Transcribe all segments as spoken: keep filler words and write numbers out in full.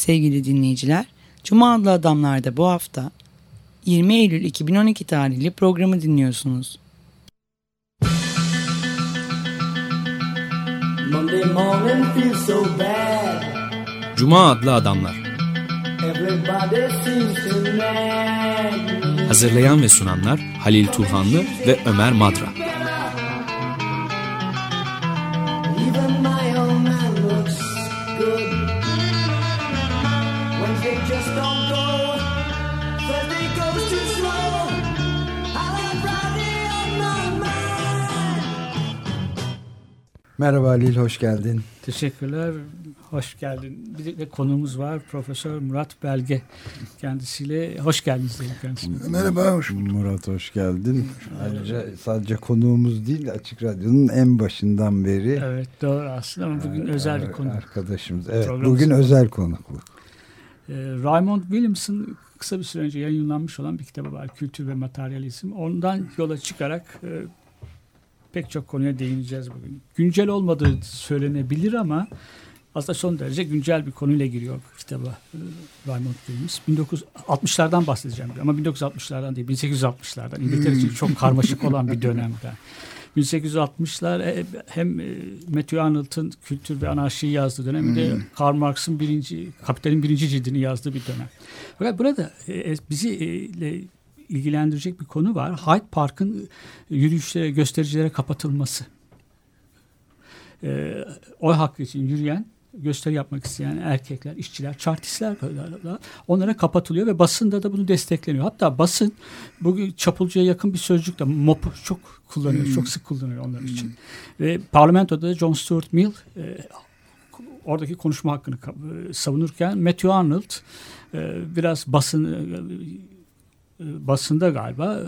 Sevgili dinleyiciler, Cuma adlı adamlarda bu hafta yirmi Eylül iki bin on iki tarihli programı dinliyorsunuz. Cuma adlı adamlar. Hazırlayan ve sunanlar Halil Turhanlı ve Ömer Madra. Merhaba Halil, hoş geldin. Teşekkürler, hoş geldin. Bir de konuğumuz var, Profesör Murat Belge. Kendisiyle hoş geldiniz. Kendisine. Merhaba, hoş Murat, hoş geldin. Ayrıca sadece konuğumuz değil, Açık Radyo'nun en başından beri. Evet, doğru aslında ama bugün ee, özel bir konu. Arkadaşımız, evet, bugün özel konukluk. Ee, Raymond Williams'ın kısa bir süre önce yayınlanmış olan bir kitabı var, Kültür ve Materyalizm. Ondan yola çıkarak e, pek çok konuya değineceğiz bugün. Güncel olmadığı söylenebilir ama aslında son derece güncel bir konuyla giriyor kitaba Raymond Williams. bin dokuz yüz altmışlardan bahsedeceğim ama bin dokuz yüz altmışlardan değil, bin sekiz yüz altmışlardan. İngiltere için çok karmaşık olan bir dönemden. bin sekiz yüz altmışlar hem Matthew Arnold'un Kültür ve Anarşi'yi yazdığı dönem, bir de Karl Marx'ın birinci, Kapital'in birinci cildini yazdığı bir dönem. Fakat burada bizi ilgilendirecek bir konu var. Hyde Park'ın yürüyüşlere, göstericilere kapatılması. Ee, oy hakkı için yürüyen, gösteri yapmak isteyen erkekler, işçiler, çartistler onlara kapatılıyor ve basında da bunu destekleniyor. Hatta basın bugün çapulcuya yakın bir sözcük de mopu çok kullanıyor, hmm. çok sık kullanıyor onlar için. Hmm. Ve parlamentoda John Stuart Mill e, oradaki konuşma hakkını e, savunurken Matthew Arnold e, biraz basın e, basında galiba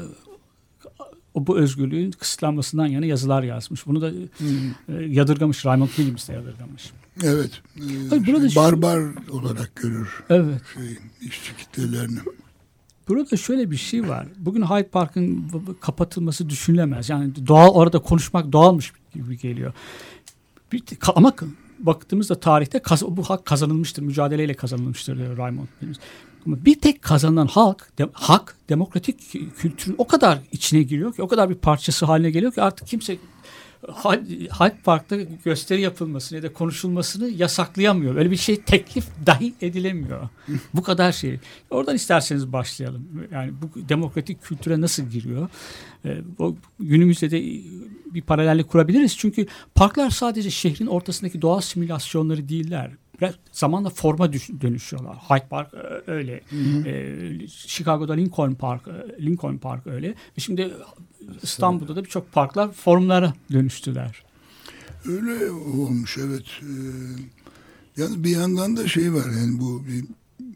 o bu özgürlüğün kısıtlanmasından yana yazılar yazmış. Bunu da hmm. e, yadırgamış. Raymond Williams de yadırgamış. Evet. E, Hayır, burada şey, barbar şu, olarak görür. Evet. Şey, işçi kitlelerini. Burada şöyle bir şey var. Bugün Hyde Park'ın kapatılması düşünülemez. Yani doğal, orada konuşmak doğalmış gibi geliyor. Bir, ama baktığımızda tarihte kaz, bu hak kazanılmıştır. Mücadeleyle kazanılmıştır diyor Raymond Williams. Ama bir tek kazanılan halk, de, hak, demokratik kültürün o kadar içine giriyor ki, o kadar bir parçası haline geliyor ki artık kimse Hyde Park'ta gösteri yapılmasını ya da konuşulmasını yasaklayamıyor. Öyle bir şey teklif dahi edilemiyor. Bu kadar şey. Oradan isterseniz başlayalım. Yani bu demokratik kültüre nasıl giriyor? Ee, o, günümüzde de bir paralellik kurabiliriz. Çünkü parklar sadece şehrin ortasındaki doğal simülasyonları değiller. Biraz zamanla forma dönüşüyorlar. Hyde Park öyle. Hı hı. Ee, Chicago'da Lincoln Park, Lincoln Park öyle. Ve şimdi İstanbul'da da birçok parklar formlara dönüştüler. Öyle olmuş, evet. Ee, yani bir yandan da şey var, yani bu bir,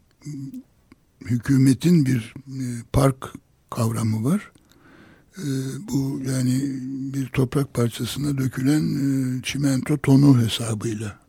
hükümetin bir e, park kavramı var. Ee, bu yani bir toprak parçasına dökülen e, çimento tonu hesabıyla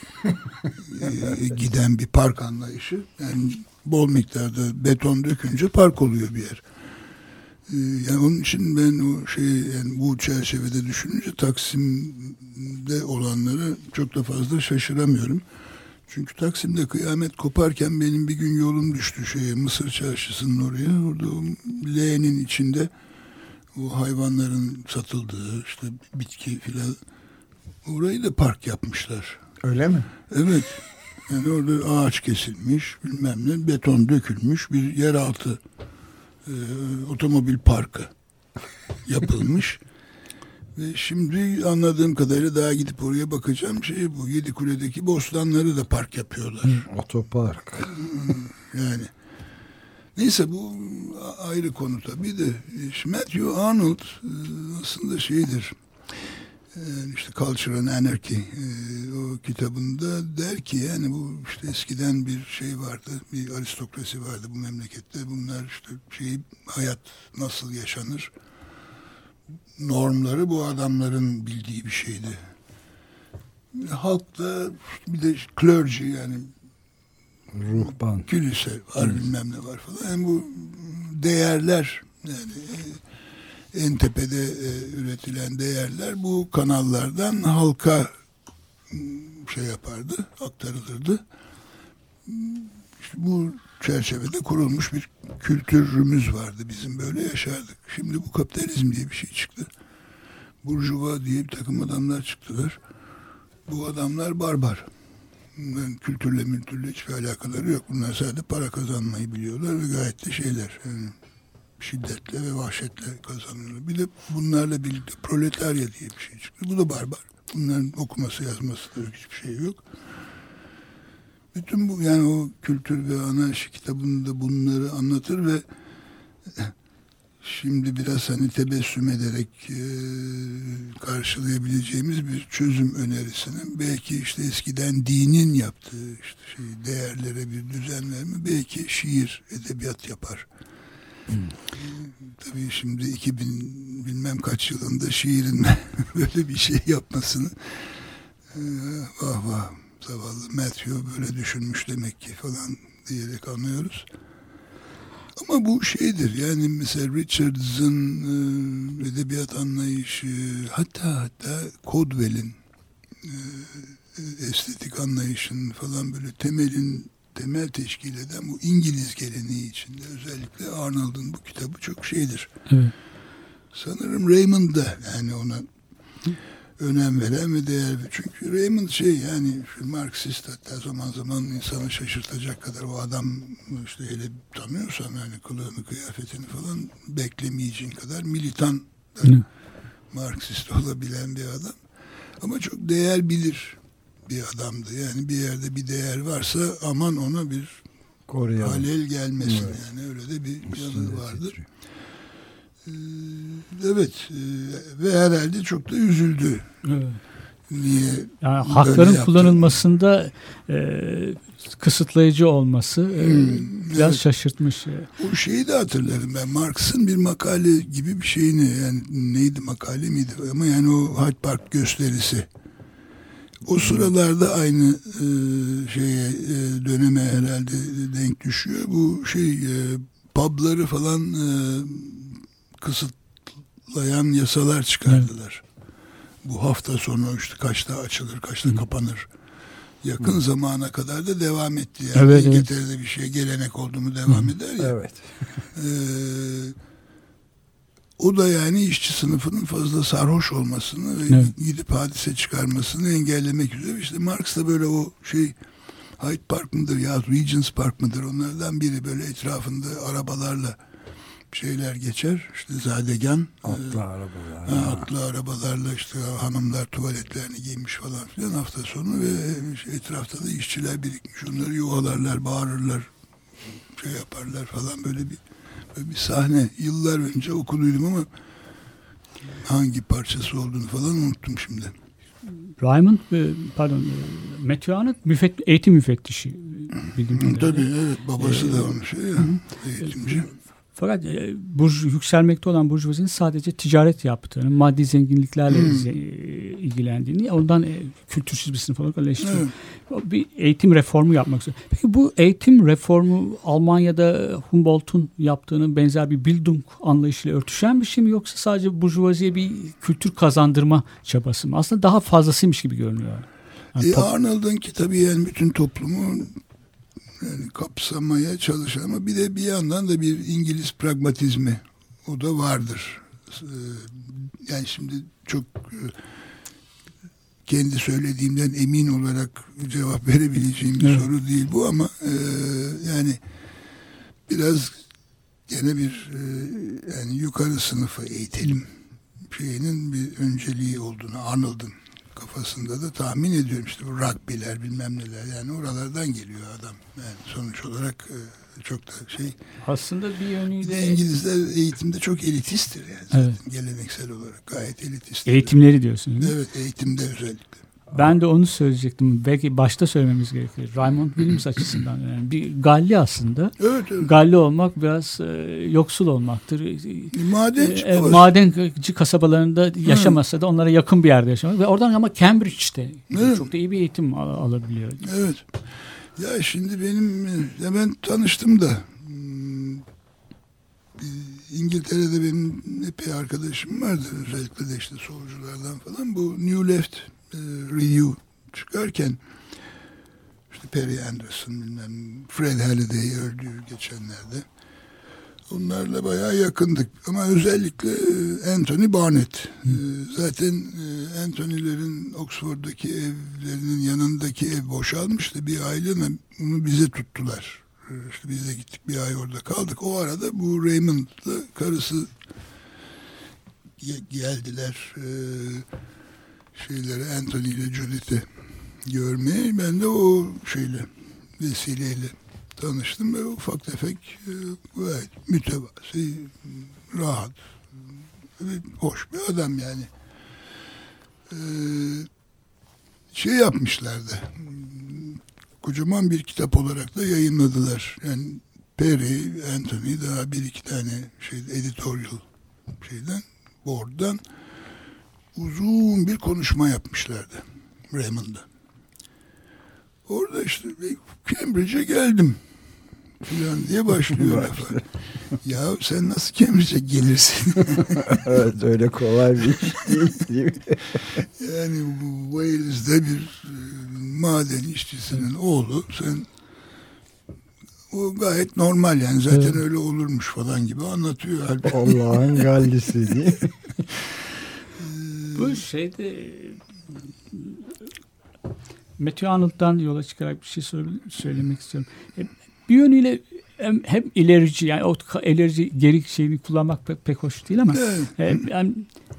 e, giden bir park anlayışı. Yani bol miktarda beton dökünce park oluyor bir yer. Yani onun için ben o şeyi, yani bu çerçevede düşününce Taksim'de olanları çok da fazla şaşıramıyorum. Çünkü Taksim'de kıyamet koparken benim bir gün yolum düştü şeye, Mısır Çarşısı'nın oraya. Orada o leğenin içinde o hayvanların satıldığı işte bitki filan, orayı da park yapmışlar. Öyle mi? Evet. Yani orada ağaç kesilmiş, bilmem ne, beton dökülmüş bir yeraltı e, otomobil parkı yapılmış. Ve şimdi anladığım kadarıyla daha gidip oraya bakacağım. Şey bu, Yedikule'deki bostanları da park yapıyorlar. Hı, otopark. Yani neyse, bu ayrı konu tabii de. Matthew Arnold aslında şeydir. Yani işte Culture and Anarchy o kitabında der ki, yani bu işte eskiden bir şey vardı, bir aristokrasi vardı bu memlekette. Bunlar işte şey, hayat nasıl yaşanır, normları bu adamların bildiği bir şeydi. Halkta bir de clergy, yani ruhban, kilise var, evet, bilmem ne var falan. Yani bu değerler, yani en tepede e, üretilen değerler bu kanallardan halka şey yapardı, aktarılırdı. işte bu çerçevede kurulmuş bir kültürümüz vardı. Bizim böyle yaşardık. Şimdi bu kapitalizm diye bir şey çıktı. Burjuva diye bir takım adamlar çıktılar. Bu adamlar barbar. Bunların kültürle mültürle hiçbir alakaları yok. Bunlar sadece para kazanmayı biliyorlar ve gayet de şeyler. Yani şiddetle ve vahşetle kazanıyorlar. Bir de bunlarla birlikte proletarya diye bir şey çıktı. Bu da barbar. Bunların okuması yazması da yok. Hiçbir şey yok. Bütün bu yani o kültür ve anarşi kitabında bunları anlatır ve şimdi biraz hani tebessüm ederek e, karşılayabileceğimiz bir çözüm önerisinin belki işte eskiden dinin yaptığı işte şey değerlere bir düzen verme, belki şiir edebiyat yapar. Hmm. E, tabii şimdi iki bin bilmem kaç yılında şiirin böyle bir şey yapmasını e, vah vah zavallı Matthew böyle düşünmüş demek ki falan diyerek anlıyoruz. Ama bu şeydir yani mesela Richards'ın e, edebiyat anlayışı, hatta hatta Caldwell'in e, estetik anlayışının falan böyle temelin temel teşkil eden bu İngiliz geleneği içinde özellikle Arnold'un bu kitabı çok şeydir. Evet. Sanırım Raymond da yani ona önem veren ve değer. Çünkü Raymond şey yani Marksist, hatta zaman zaman insanı şaşırtacak kadar, o adam işte hele tanıyorsan yani kılığını kıyafetini falan beklemeyeceğin kadar militan da, Marksist olabilen bir adam. Ama çok değer bilir bir adamdı. Yani bir yerde bir değer varsa aman ona bir koruyalım, halel gelmesin. Evet. Yani öyle de bir yanı vardır. Evet ve herhalde çok da üzüldü. Evet. Niye yani hakların kullanılmasında e, kısıtlayıcı olması e, hmm, biraz evet. şaşırtmış. O şeyi de hatırlarım ben. Marx'ın bir makale gibi bir şeyini, yani neydi, makale miydi ama yani o Hyde Park gösterisi. O sıralarda aynı e, şeye e, döneme herhalde denk düşüyor. Bu şey e, pubları falan e, kısıtlayan yasalar çıkardılar. Evet. Bu hafta sonu işte kaçta açılır, kaçta Hı. kapanır. Yakın Hı. zamana kadar da devam etti. Yani evet, İngiltere'de evet. bir şey gelenek oldu mu devam Hı. eder ya. Evet. Ee, o da yani işçi sınıfının fazla sarhoş olmasını ve evet. gidip hadise çıkarmasını engellemek üzere. İşte Marx da böyle o şey Hyde Park mıdır ya Regent's Park mıdır, onlardan biri, böyle etrafında arabalarla şeyler geçer. İşte zadegan. Atlı e, arabalar. Ha, atlı arabalarla işte hanımlar tuvaletlerini giymiş falan filan hafta sonu ve şey, etrafta da işçiler birikmiş. Onları yuvalarlar, bağırırlar, şey yaparlar falan, böyle bir böyle bir sahne. Yıllar önce okuduydum ama hangi parçası olduğunu falan unuttum şimdi. Raymond, pardon, Matthew Arnold müfett, eğitim müfettişi. Bildiğim Tabii evet, babası ee, da onun şey ya, eğitimci. Fakat e, burj, yükselmekte olan burjuvazinin sadece ticaret yaptığını, maddi zenginliklerle hmm. ilgilendiğini, ondan e, kültürsüz bir sınıf olarak eleştiriyor. Evet. Bir eğitim reformu yapmak istiyor. Peki bu eğitim reformu Almanya'da Humboldt'un yaptığının benzer bir Bildung anlayışıyla örtüşen bir şey mi, yoksa sadece burjuvaziye bir kültür kazandırma çabası mı? Aslında daha fazlasıymış gibi görünüyor. Yani e, top... Arnold'un kitabı yani bütün toplumu yani kapsamaya çalışan, ama bir de bir yandan da bir İngiliz pragmatizmi o da vardır. Yani şimdi çok kendi söylediğimden emin olarak cevap verebileceğim bir evet. soru değil bu, ama yani biraz gene bir yani yukarı sınıfı eğitelim şeyinin bir önceliği olduğunu Arnold'un kafasında da tahmin ediyorum. İşte bu rugby'ler bilmem neler, yani oralardan geliyor adam. Yani sonuç olarak çok da şey. Aslında bir yönüyle İngilizler eğitimde çok elitisttir yani. Zaten evet. Geleneksel olarak gayet elitisttir. Eğitimleri diyorsun değil mi? Evet, eğitimde özellikle. Ben de onu söyleyecektim. Belki başta söylememiz gerekiyor. Raymond Williams açısından yani bir Galli aslında. Evet, evet. Galli olmak biraz e, yoksul olmaktır. Madenci, e, madenci kasabalarında yaşamasa da onlara yakın bir yerde yaşamak ve oradan ama Cambridge'de evet. çok da iyi bir eğitim al- alabiliyor. Evet. Ya şimdi benim ya ben tanıştım da İngiltere'de benim epey arkadaşım vardı, özellikle de işte solculardan falan. Bu New Left Review çıkarken işte Perry Anderson, bilmem, Fred Halliday öldü geçenlerde. Onlarla bayağı yakındık. Ama özellikle Anthony Barnett. Hı. Zaten Anthony'lerin Oxford'daki evlerinin yanındaki ev boşalmıştı. Bir aileyle bunu bize tuttular. İşte biz de gittik, bir ay orada kaldık. O arada bu Raymond'la karısı geldiler şeyleri, Anthony ile Judith'i görmeye. Ben de o şeyle, vesileyle tanıştım ve ufak tefek gayet mütevazi, rahat, hoş bir adam yani. Ee, şey yapmışlardı. Kocaman bir kitap olarak da yayınladılar. Yani Perry, Anthony, daha bir iki tane şey, editorial şeyden, board'dan uzun bir konuşma yapmışlardı Raymond'da. Orada işte Cambridge'e geldim falan diye başlıyor lafa. Ya sen nasıl Cambridge'e gelirsin? Evet, öyle kolay bir iş değil, değil mi? Yani bu Wales'de bir maden işçisinin oğlu, sen o gayet normal yani, zaten evet, öyle olurmuş falan gibi anlatıyor. Allah'ın gallisi değil mi? Bu şeyde Matthew Arnold'dan yola çıkarak bir şey söylemek istiyorum. Bir yönüyle hem, hem ilerici, yani o ilerici geri şeyini kullanmak pek, pek hoş değil ama evet, yani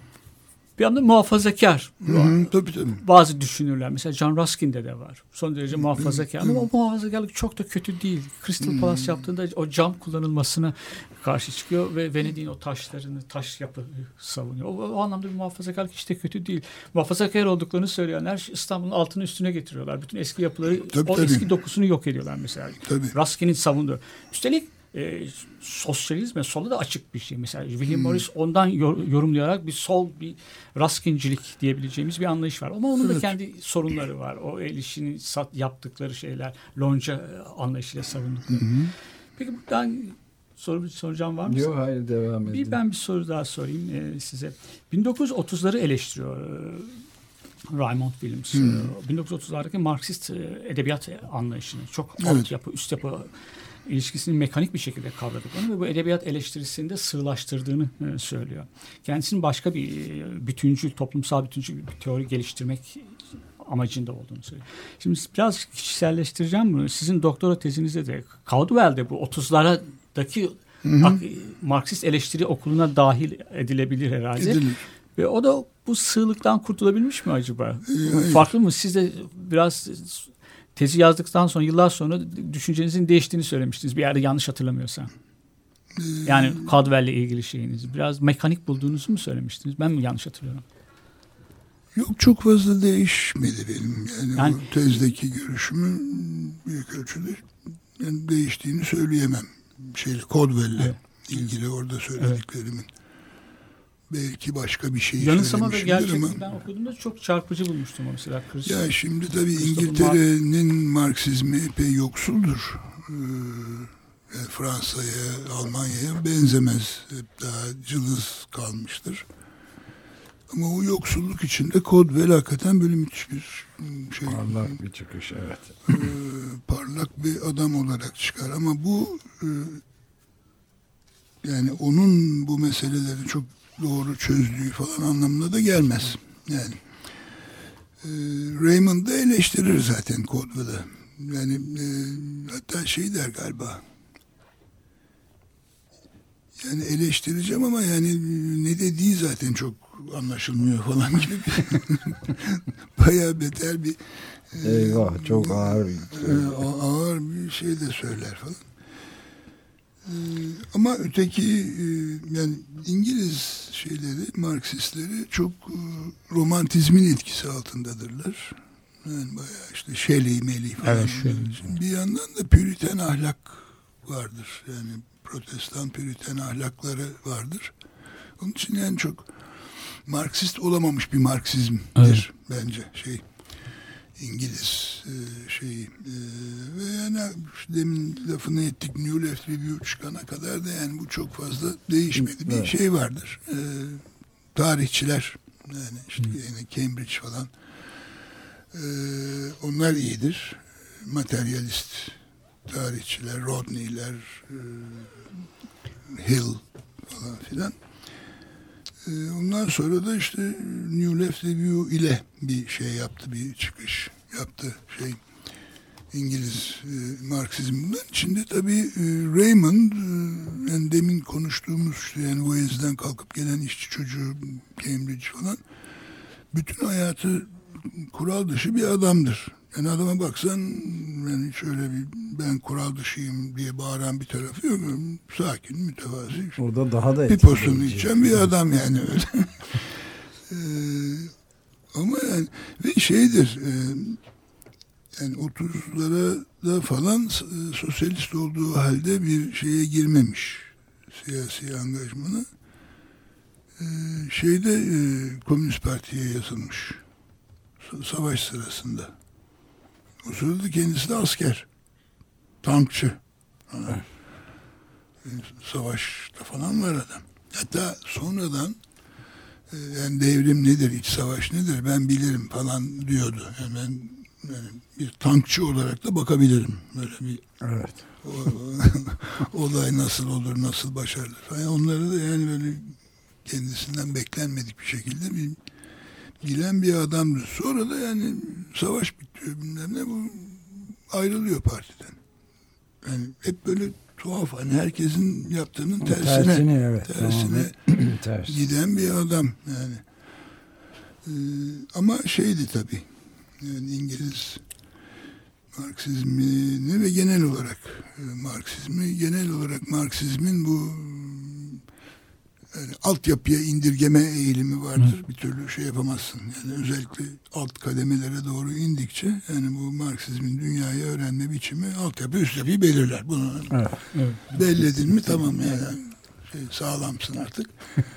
bir anda muhafazakar. Hı hı, tabii, tabii. Bazı düşünürler. Mesela John Ruskin'de de var. Son derece muhafazakar. Ama o muhafazakarlık çok da kötü değil. Crystal Palace hmm. yaptığında o cam kullanılmasına karşı çıkıyor ve Venedik'in o taşlarını, taş yapı savunuyor. O, o anlamda bir muhafazakarlık hiç de kötü değil. Muhafazakar olduklarını söyleyenler İstanbul'un altını üstüne getiriyorlar. Bütün eski yapıları, tabii, o tabii, eski dokusunu yok ediyorlar mesela. Tabii. Ruskin'in savunduğu. Üstelik E, sosyalizme sola da açık bir şey. Mesela William hmm. Morris ondan yor, yorumlayarak bir sol, bir Ruskincilik diyebileceğimiz bir anlayış var. Ama onun evet, da kendi sorunları var. O el işini sat, yaptıkları şeyler, lonca anlayışıyla savundukları. Hmm. Peki buradan soru soracağım var mı? Yok, hayır, devam edin. Bir, ben bir soru daha sorayım e, size. bin dokuz yüz otuzları eleştiriyor e, Raymond Williams. Hmm. E, bin dokuz yüz otuzlardaki Marksist e, edebiyat anlayışını, çok evet, alt yapı, üst yapı ilişkisini mekanik bir şekilde kavradıklarını ve bu edebiyat eleştirisinde sığlaştırdığını e, söylüyor. Kendisinin başka bir e, bütüncül, toplumsal bütüncül bir teori geliştirmek amacında olduğunu söylüyor. Şimdi biraz kişiselleştireceğim bunu. Sizin doktora tezinizde de Caldwell'de bu otuzlardaki Marksist eleştiri okuluna dahil edilebilir herhalde. Edilir. Ve o da bu sığlıktan kurtulabilmiş mi acaba? Hayır. Farklı mı? Siz de biraz tezi yazdıktan sonra, yıllar sonra düşüncenizin değiştiğini söylemiştiniz. Bir yerde yanlış hatırlamıyorsam. Yani Caldwell'le ilgili şeyiniz. Biraz mekanik bulduğunuzu mu söylemiştiniz? Ben mi yanlış hatırlıyorum? Yok, çok fazla değişmedi benim. Yani, yani o tezdeki görüşümün büyük ölçüde yani değiştiğini söyleyemem. Şey, Caldwell'le evet, ilgili orada söylediklerimin. Evet. Belki başka bir şey yanılsama ve gerçekten ben okuduğumda çok çarpıcı bulmuştum o mesela. Chris, ya şimdi tabii İngiltere'nin Marksizmi epey yoksuldur. Ee, yani Fransa'ya, Almanya'ya benzemez. Hep daha cılız kalmıştır. Ama o yoksulluk içinde Caldwell hakikaten böyle müthiş bir şey. Parlak bir çıkış, evet. E, parlak bir adam olarak çıkar. Ama bu e, yani onun bu meseleleri çok doğru çözdüğü falan anlamına da gelmez. Yani e, Raymond da eleştirir zaten Caldwell'ı. Yani e, hatta şey der galiba. Yani eleştireceğim ama yani ne dediği zaten çok anlaşılmıyor falan gibi bir bayağı beter bir e, eyvah çok ağır e, ağır bir şey de söyler falan. E, ama öteki e, yani İngiliz şeyleri, Marksistleri çok e, romantizmin etkisi altındadırlar. Yani bayağı işte Shelley, Melih falan. Evet, Shelley. Bir yandan da Püriten ahlak vardır. Yani Protestan Püriten ahlakları vardır. Onun için yani çok Marksist olamamış bir Marksizmdir evet, bence şey İngiliz e, şey e, ve yani demin lafını ettik, New Left Review çıkana kadar da yani bu çok fazla değişmedi. Evet. Bir şey vardır. E, tarihçiler yani işte hmm. yani Cambridge falan e, onlar iyidir. materyalist tarihçiler, Rodney'ler, e, Hill falan filan. E, ondan sonra da işte New Left Review ile bir şey yaptı, bir çıkış yaptı şey İngiliz e, Marksizm. Bunun içinde tabii e, Raymond, e, yani demin konuştuğumuz işte yani Wales'den kalkıp gelen işçi çocuğu, Cambridge falan, bütün hayatı kural dışı bir adamdır. Yani adama baksan yani şöyle bir ben kural dışıyım diye bağıran bir tarafı yok. Sakin, mütevazi. O da daha da piposunu içen bir adam yani öyle. ee, ama yani ve şeydir e, yani otuzlara da falan e, sosyalist olduğu halde bir şeye girmemiş, siyasi angajmana. Ee, şeyde e, Komünist Parti'ye yazılmış. Savaş sırasında. O sırada kendisi de asker. Tankçı. Evet. Savaşta falan var adam. Hatta sonradan e, yani devrim nedir, iç savaş nedir ben bilirim falan diyordu. Yani ben yani bir tankçı olarak da bakabilirim. Böyle bir evet. o, olay nasıl olur, nasıl başarılır. Yani onları da yani böyle kendisinden beklenmedik bir şekilde bir bilen bir adamdır. Sonra da yani savaş bitiyor bilmem ne, bu ayrılıyor partiden. Yani hep böyle tuhaf, hani herkesin yaptığının tersine tersine, evet, tersine tamam. giden bir adam yani. Ee, ama şeydi tabii yani İngiliz Marksizmini ve genel olarak e, Marksizmi genel olarak Marksizmin bu yani altyapıya indirgeme eğilimi vardır. Hı. Bir türlü şey yapamazsın. Yani özellikle alt kademelere doğru indikçe yani bu Marksizmin dünyayı öğrenme biçimi altyapı üst yapıyı belirler. Bunu evet. belledin mi tamam yani şey, sağlamsın artık.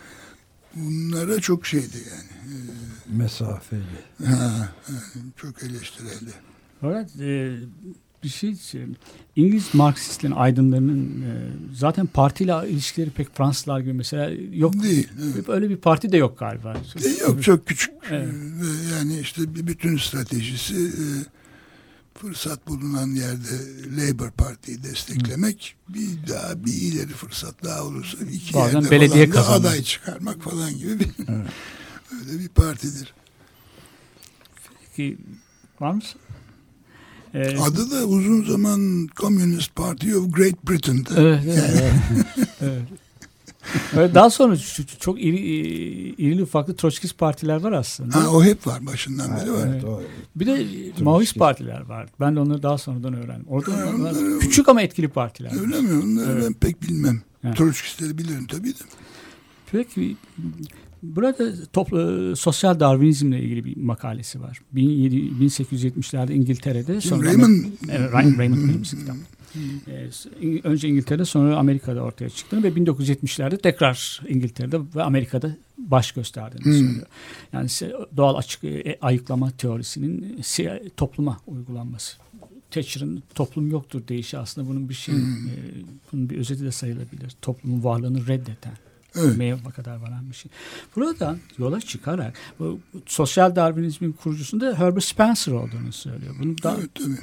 Bunlara çok şeydi yani. E, mesafeli. Ha, yani çok eleştireldi. Evet, e, bir şey İngiliz Marksistlerin, aydınlarının e, zaten partiyle ilişkileri pek Fransızlar gibi mesela yok. Değil. Evet. Öyle bir parti de yok galiba. E, yok, çok küçük. Evet. Yani işte bütün stratejisi e, fırsat bulunan yerde Labour Parti'yi desteklemek, Hı. bir daha bir ileri fırsat daha olursa iki bazen yerde belediye falan da aday çıkarmak falan gibi bir evet. öyle bir partidir. Peki var mı? Ee, Adı da uzun zaman Communist Party of Great Britain'dı. Evet, evet, evet. Evet. Daha sonra çok iri, irili ufaklı Troçkist partiler var aslında. Ha, o hep var, başından beri var. Evet. Bir de Maoist partiler var. Ben de onları daha sonradan öğrendim. Orada ha, onları, küçük ama etkili partiler. Öyle var. mi? Onları evet. ben pek bilmem. Evet. Troçkistleri bilirim tabii de. Peki burada toplu, sosyal Darwinizmle ilgili bir makalesi var. bin sekiz yüz yetmişlerde İngiltere'de. Sonra Raymond evet, Raymond Williams kitap. Ee, önce İngiltere'de sonra Amerika'da ortaya çıktığını ve bin dokuz yüz yetmişlerde tekrar İngiltere'de ve Amerika'da baş gösterdiğini hmm. söylüyor. Yani doğal açık ayıklama teorisinin topluma uygulanması. Thatcher'ın toplum yoktur deyişi aslında bunun bir şey, hmm. e, bunun bir özeti de sayılabilir. Toplumun varlığını reddeten. Evet. Meyve kadar varan bir şey. Buradan yola çıkarak bu sosyal Darwinizmin kurucusunda Herbert Spencer olduğunu söylüyor. Bunu da, evet, tabii.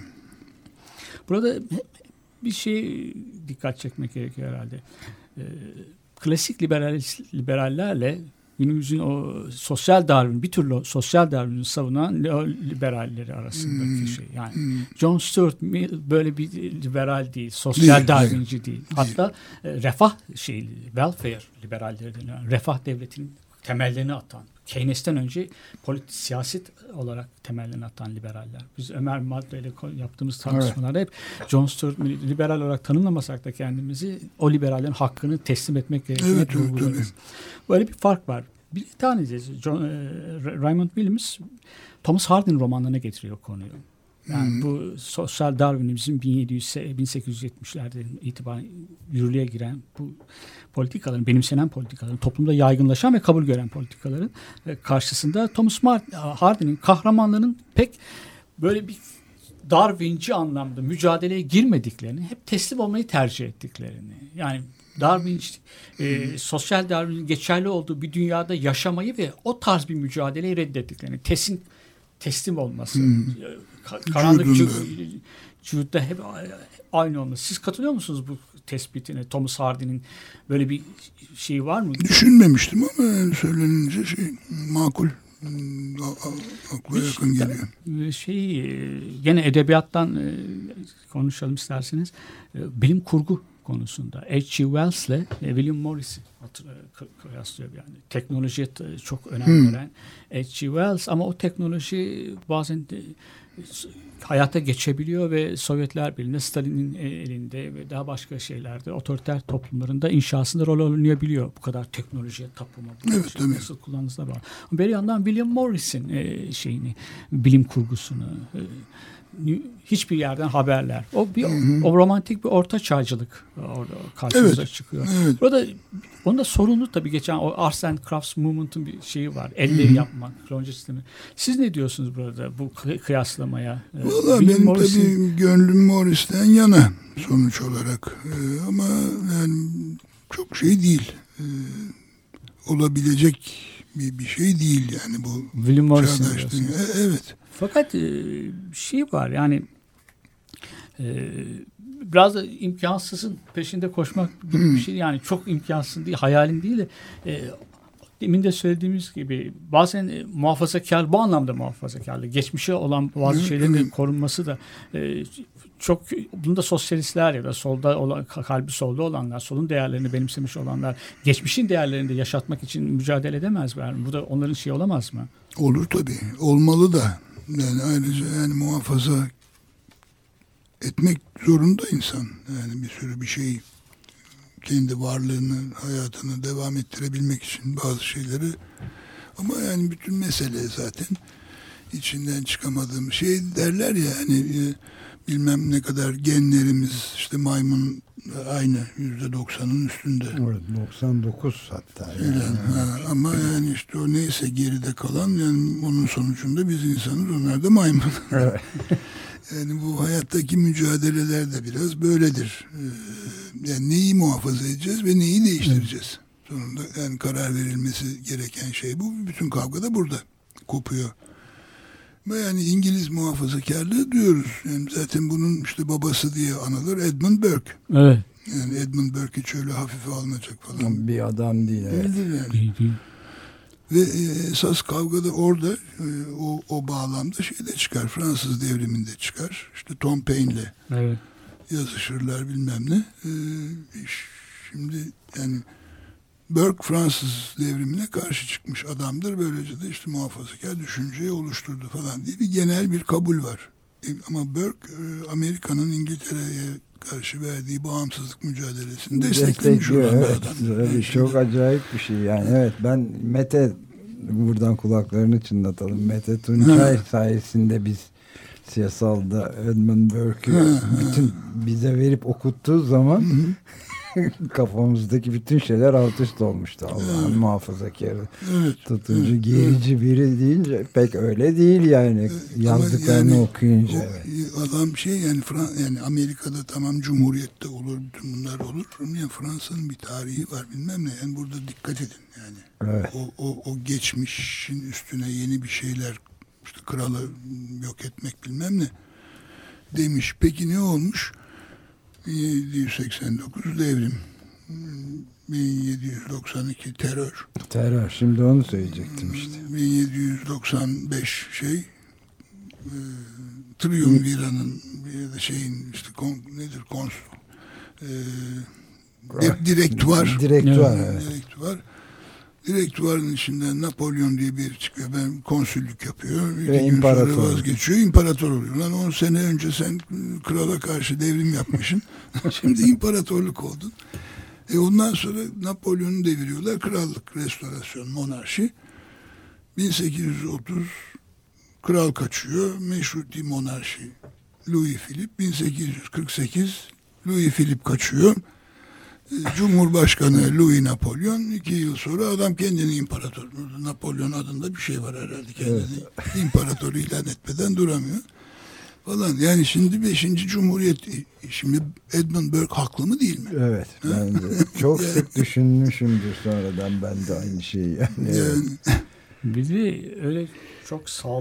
Burada bir şey dikkat çekmek gerekiyor herhalde. Ee, klasik liberal, liberallerle günümüzün o sosyal Darwin, bir türlü sosyal Darwin'i savunan liberalleri arasındaki hmm. şey. Yani hmm. John Stuart Mill böyle bir liberal değil, sosyal değil, Darwinci değil. değil. Hatta e, refah şey, welfare liberalleri deniyor. Refah devletinin temellerini atan, Keynes'ten önce politik siyaset olarak temellerini atan liberaller. Biz Ömer Madre ile yaptığımız tartışmalarda evet. hep John Stuart Mill liberal olarak tanımlamasak da kendimizi o liberallerin hakkını teslim etmek gerektiğini evet, vurgularız. Böyle bir fark var. Bir tane de John, e, Raymond Williams Thomas Hardy'nin romanlarına getiriyor konuyu. Yani hmm. bu sosyal Darwinizm bin sekiz yüz yetmişlerde itibaren yürürlüğe giren bu politikaların, benimsenen politikaların, toplumda yaygınlaşan ve kabul gören politikaların karşısında Thomas Hardy'nin kahramanlarının pek böyle bir Darwinci anlamda mücadeleye girmediklerini, hep teslim olmayı tercih ettiklerini. Yani Darwin, e, sosyal Darwin'in geçerli olduğu bir dünyada yaşamayı ve o tarz bir mücadeleyi reddettiklerini, tesin teslim olması, hmm. karanlık Jude'da hep aynı olması. Siz katılıyor musunuz bu tespitine? Thomas Hardy'nin böyle bir şeyi var mı? Düşünmemiştim ama yani söylenince şey makul. Akla yakın geliyor. Şey, gene edebiyattan konuşalım isterseniz. Bilim kurgu konusunda H G Wells ile William Morris'i kıyaslıyor. Yani teknolojiye çok önem hmm. veren H G Wells, ama o teknoloji bazen de hayata geçebiliyor ve Sovyetler Birliği'nde, Stalin'in elinde ve daha başka şeylerde, otoriter toplumlarında inşasında rol oynayabiliyor. Bu kadar teknolojiye tapma, bu evet, şey nasıl kullanılırsa bağlı. Bir yandan William Morris'in e, şeyini, bilim kurgusunu, e, hiçbir yerden haberler. O bir hı hı. o romantik bir orta çağcılık orada karşımıza evet, çıkıyor. Evet. Burada onun da sorunu tabii geçen o Arts and Crafts Movement'ın bir şeyi var. Elleri yapmak, klonca sistemi. Siz ne diyorsunuz burada bu kıyaslamaya? Valla benim Morris'in... tabii gönlüm Morris'ten yana sonuç olarak. Ee, ama yani çok şey değil. Ee, olabilecek bir, bir şey değil yani bu. William Morris'in e, evet. Fakat bir şey var yani e, biraz da imkansızın peşinde koşmak gibi hmm. bir şey, yani çok imkansız değil, hayalin değil de e, demin de söylediğimiz gibi bazen e, muhafazakar, bu anlamda muhafazakarlık, geçmişe olan bazı hmm. şeylerin de korunması da e, çok, bunda sosyalistler ya da solda olan, kalbi solda olanlar, solun değerlerini benimsemiş olanlar geçmişin değerlerini de yaşatmak için mücadele edemez mi? Yani bu da onların şey olamaz mı? Olur tabii. Olmalı da. Yani ayrıca yani muhafaza etmek zorunda insan. Yani bir sürü bir şey, kendi varlığını, hayatını devam ettirebilmek için bazı şeyleri. Ama yani bütün mesele zaten içinden çıkamadığım şey derler ya, hani bilmem ne kadar genlerimiz işte maymun aynı yüzde doksanın üstünde. Evet, doksan dokuz hatta. Yani. Yani, ha, ama yani işte o neyse geride kalan, yani onun sonucunda biz insanız, onlar da maymun. Evet. Yani bu hayattaki mücadeleler de biraz böyledir. Ee, yani neyi muhafaza edeceğiz ve neyi değiştireceğiz? Sonunda yani karar verilmesi gereken şey bu. Bütün kavga da burada kopuyor. Yani İngiliz muhafazakarlığı diyoruz. Yani zaten bunun işte babası diye anılır Edmund Burke. Evet. Yani Edmund Burke hiç öyle hafife alınacak falan. Bir adam değil. Evet. Yani. Ve esas kavga da orada o, o bağlamda şeyde çıkar. Fransız devriminde çıkar. İşte Tom Paine'le evet. yazışırlar bilmem ne. Ee, şimdi yani Burke Fransız devrimine karşı çıkmış adamdır. Böylece de işte muhafazakar düşünceyi oluşturdu falan diye bir genel bir kabul var. E, ama Burke Amerika'nın İngiltere'ye karşı verdiği bağımsızlık mücadelesini desteklemiş olan bir evet, adam. Yani çok şimdi... acayip bir şey yani. Evet, ben Mete, buradan kulaklarını çınlatalım. Mete Tunçay sayesinde biz siyasalda Edmund Burke'ü bütün bize verip okuttuğu zaman kafamızdaki bütün şeyler alt üst olmuştu. Allah'ın evet. muhafazakarı evet. tutuncu, evet. gerici biri deyince pek öyle değil yani. Evet. Yazdıklarını yani, okuyunca. O, evet. Adam şey yani, Fran- yani Amerika'da tamam Cumhuriyet'te olur, bütün bunlar olur. Yani Fransa'nın bir tarihi var bilmem ne. Yani burada dikkat edin yani. Evet. O, o, o geçmişin üstüne yeni bir şeyler, işte kralı yok etmek bilmem ne demiş. Peki ne olmuş? bin yedi yüz seksen dokuz devrim, bin yedi yüz doksan iki terör. Terör, şimdi onu söyleyecektim işte. bin yedi yüz doksan beş şey, e, Triumvira'nın ya da şeyin işte kon, nedir konsul, e, di, direktüvar. Direktüvar, evet. Direktüvar. Direktüvarın içinden Napolyon diye biri çıkıyor. Ben konsüllük yapıyor. Ve imparator. Vazgeçiyor. İmparator oluyor. Lan on sene önce sen krala karşı devrim yapmışsın. Şimdi imparatorluk oldun. E ondan sonra Napolyon'u deviriyorlar. Krallık, restorasyon, monarşi. bin sekiz yüz otuz kral kaçıyor. Meşruti monarşi. Louis Philippe. bin sekiz yüz kırk sekiz Louis Philippe kaçıyor. Cumhurbaşkanı Louis Napolyon, iki yıl sonra adam kendini imparator. Napolyon adında bir şey var herhalde, kendini evet. imparator ilan etmeden duramıyor falan. Yani şimdi beşinci Cumhuriyet, şimdi Edmund Burke haklı mı değil mi? Evet. Ben de çok yani, sık düşünmüşümdür sonradan ben de aynı şeyi. Yani. yani. Bir de öyle çok sağlam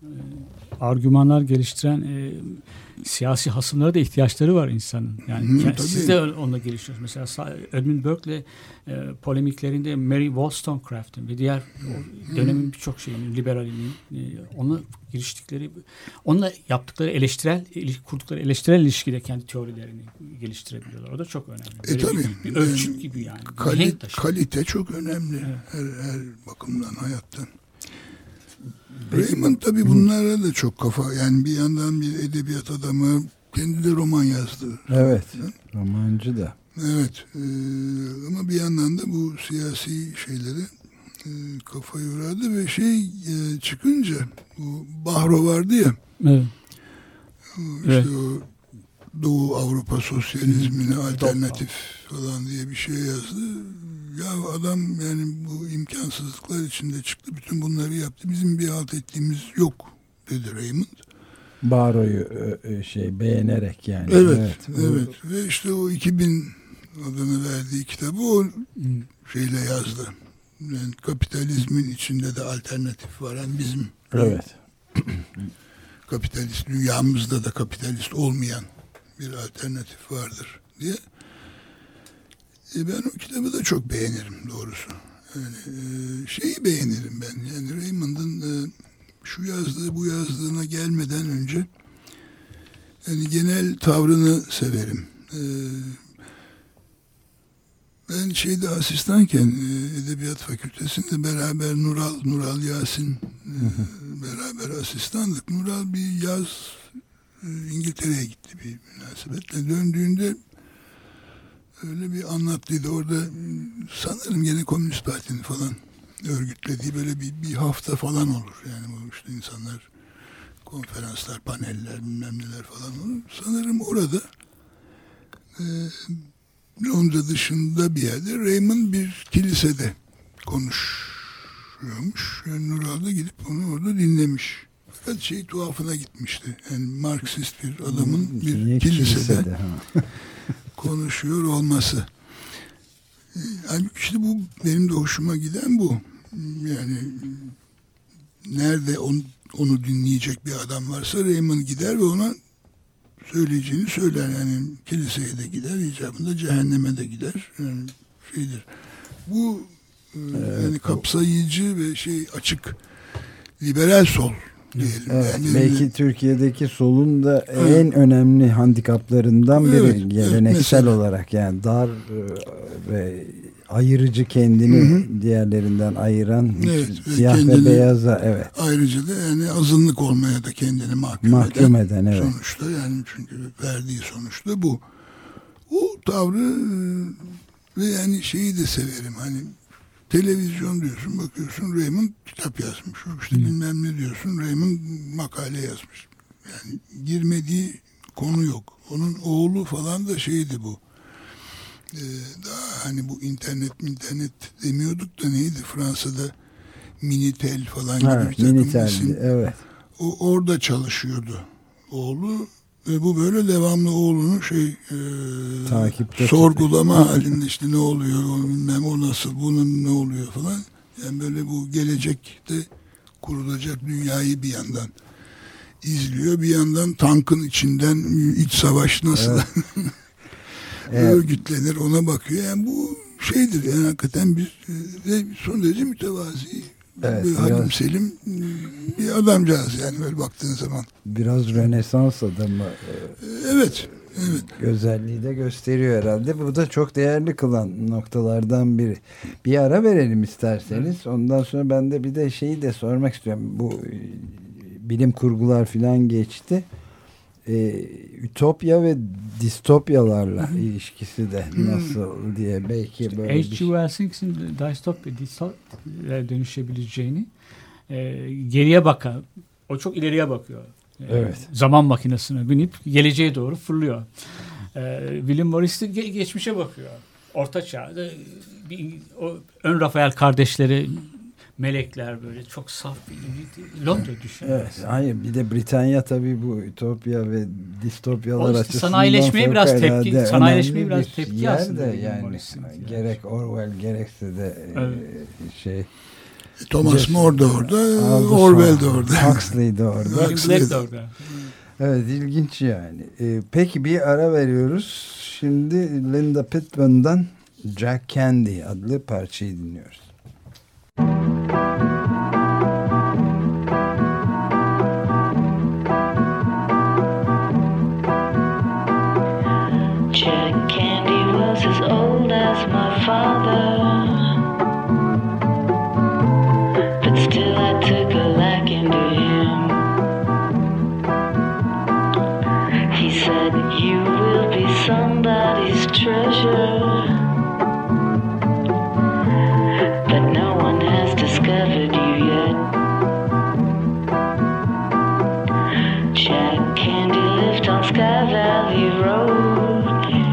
argümanlar geliştiren e, siyasi hasımlara da ihtiyaçları var insanın. Yani Hı, kend- siz de onunla geliştiriyorsunuz. Mesela Edmund Burke'le e, polemiklerinde Mary Wollstonecraft'ın ve diğer o dönemin birçok şeyinin, liberalinin e, onunla giriştikleri, onunla yaptıkları eleştirel, kurdukları eleştirel ilişkide kendi teorilerini geliştirebiliyorlar. O da çok önemli. E tabii. Bir, bir ölçüt gibi yani. Kali, kalite çok önemli. Evet. Her, her bakımdan, hayattan. Raymond tabii bunlara da çok kafa. Yani bir yandan bir edebiyat adamı, kendi de roman yazdı. Evet. Romancı da. Evet. E, ama bir yandan da bu siyasi şeyleri e, kafa yoradı ve şey e, çıkınca bu Bahro vardı ya. Evet. İşte evet. O Doğu Avrupa sosyalizmine alternatif falan diye bir şey yazdı. Ya adam yani bu imkansızlıklar içinde çıktı. Bütün bunları yaptı. Bizim bir halt ettiğimiz yok dedi Raymond. Baro'yu şey beğenerek yani. Evet. Evet. evet. Ve işte o iki bin adını verdiği kitabı o şeyle yazdı. Yani kapitalizmin içinde de alternatif var. Yani bizim evet. kapitalist dünyamızda da kapitalist olmayan bir alternatif vardır diye. E ben o kitabı da çok beğenirim doğrusu. Yani e, şeyi beğenirim ben. Yani Raymond'ın e, şu yazdığı bu yazdığına gelmeden önce yani genel tavrını severim. E, ben şeyde asistanken e, Edebiyat Fakültesi'nde beraber Nural, Nural Yasin e, beraber asistandık. Nural bir yaz e, İngiltere'ye gitti bir münasebetle. Döndüğünde öyle bir anlattıydı. Orada sanırım gene Komünist Parti'nin falan örgütlediği böyle bir, bir hafta falan olur. Yani bu işte insanlar konferanslar, paneller, bilmem neler falan olur. Sanırım orada e, Londra dışında bir yerde Raymond bir kilisede konuşuyormuş. Yani Nural da gidip onu orada dinlemiş. Fakat şey tuhafına gitmişti. Yani Marksist bir adamın bir Niye kilisede, kilisede konuşuyor olması. Yani işte bu benim de hoşuma giden bu. Yani nerede on, onu dinleyecek bir adam varsa Raymond gider ve ona söyleyeceğini söyler. Yani kiliseye de gider, icabında cehenneme de gider. Yani şeydir. Bu evet, yani kapsayıcı ve şey açık liberal sol diyelim. Evet, yani belki yani, Türkiye'deki solun da evet, en önemli handikaplarından biri evet, geleneksel evet, olarak yani dar ve ayırıcı kendini hı hı, diğerlerinden ayıran evet, siyah ve beyaza evet. Ayrıca da yani azınlık olmaya da kendini mahkum, mahkum eden, eden evet. Sonuçta yani çünkü verdiği sonuçta bu. O tavrı ve yani şeyi de severim hani televizyon diyorsun bakıyorsun Raymond kitap yazmış. İşte hmm. bilmem ne diyorsun Raymond makale yazmış. Yani girmediği konu yok. Onun oğlu falan da şeydi bu. Ee, daha hani bu internet internet demiyorduk da neydi Fransa'da Minitel falan gibi evet, bir takım Minitel'di, isim. evet. O orada çalışıyordu oğlu. Ve bu böyle devamlı oğlunu şey e, takipte sorgulama tutuyor. Halinde işte ne oluyor o bilmem o nasıl bunun ne oluyor falan. Yani böyle bu gelecekte kurulacak dünyayı bir yandan izliyor. Bir yandan tankın içinden iç savaş nasıl evet. evet. örgütlenir ona bakıyor. Yani bu şeydir yani hakikaten bir ve son derece mütevazi evet, bir halim selim bir adamcağız yani böyle baktığın zaman. Biraz Rönesans adamı. Evet. Evet. Özelliği de gösteriyor herhalde. Bu da çok değerli kılan noktalardan biri. Bir ara verelim isterseniz. Ondan sonra ben de bir de şeyi de sormak istiyorum. Bu bilim kurgular filan geçti. Ee, ütopya ve distopyalarla Hı-hı. ilişkisi de nasıl Hı-hı. diye belki işte böyle H G. bir şey. Wells'in distopya distopya dönüşebileceğini e, geriye bakan o çok ileriye bakıyor. E, evet. Zaman makinesine binip geleceğe doğru fırlıyor. E, William Morris de ge- geçmişe bakıyor. Orta Çağ'da bir, o ön Rafael kardeşleri melekler böyle çok saf bir Londra düşün. Evet. Hayır bir de Britanya tabii bu ütopya ve distopyalar işte açısından sanayileşmeye biraz tepki sanayileşmeye biraz tepki yer aslında. De yani gerek Orwell gerekse de evet. şey Thomas Jeff- More da orada, Aldous Orwell de orada. Huxley de orada. Huxley Black de orada. Evet, ilginç yani. Ee, peki bir ara veriyoruz. Şimdi Linda Pittman'dan Jack Candy adlı parçayı dinliyoruz. Jack Candy was as old as my father, but still I took a liking to him. He said, you will be somebody's treasure, but no one has discovered you yet. Jack Candy lived on Sky Valley Road,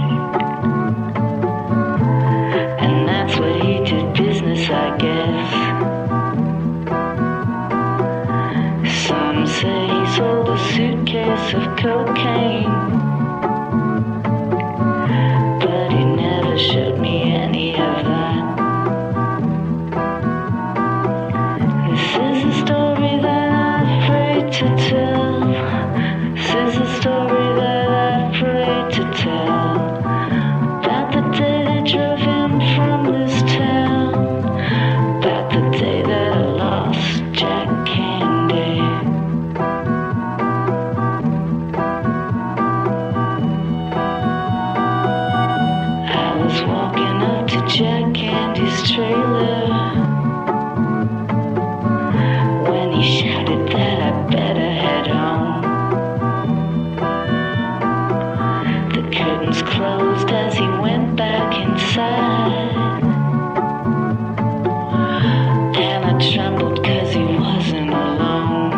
and that's where he did business, I guess. Some say he sold a suitcase of cocaine, but he never showed me any of that. This is a story that I've prayed to tell. This is a story that I've prayed to tell, about the day they drove him from this town, about the day that I lost Jack Candy. I was walking up to Jack Candy's trailer when he shouted that I better head home. The curtains closed as he went back inside, and I trembled 'cause he wasn't alone.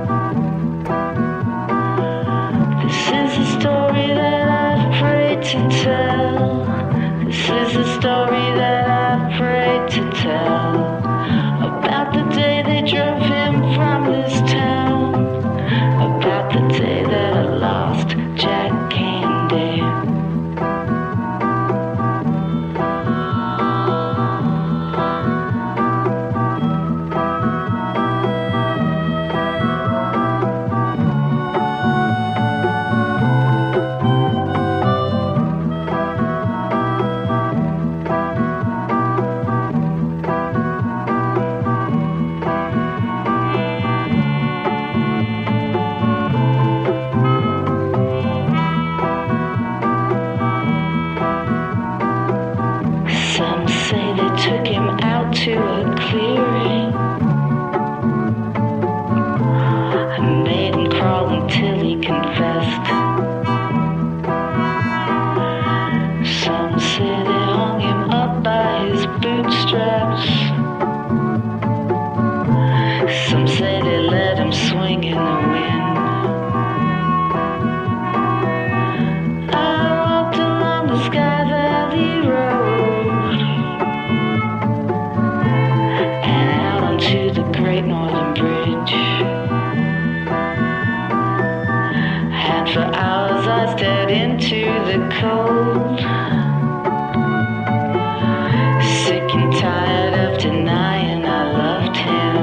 This is a story that I've prayed to tell. This is a story that I've prayed to tell, about the day they drove him from this town, about the day that I lost Jack Candy. Some say they took him out to a clearing and made him crawl until he confessed. Some say they hung him up by his bootstraps. Some say they let him swing in the wind. I walked along the Sky Valley Road and out onto the Great Northern Bridge, and for hours I stared into the cold, sick and tired of denying I loved him.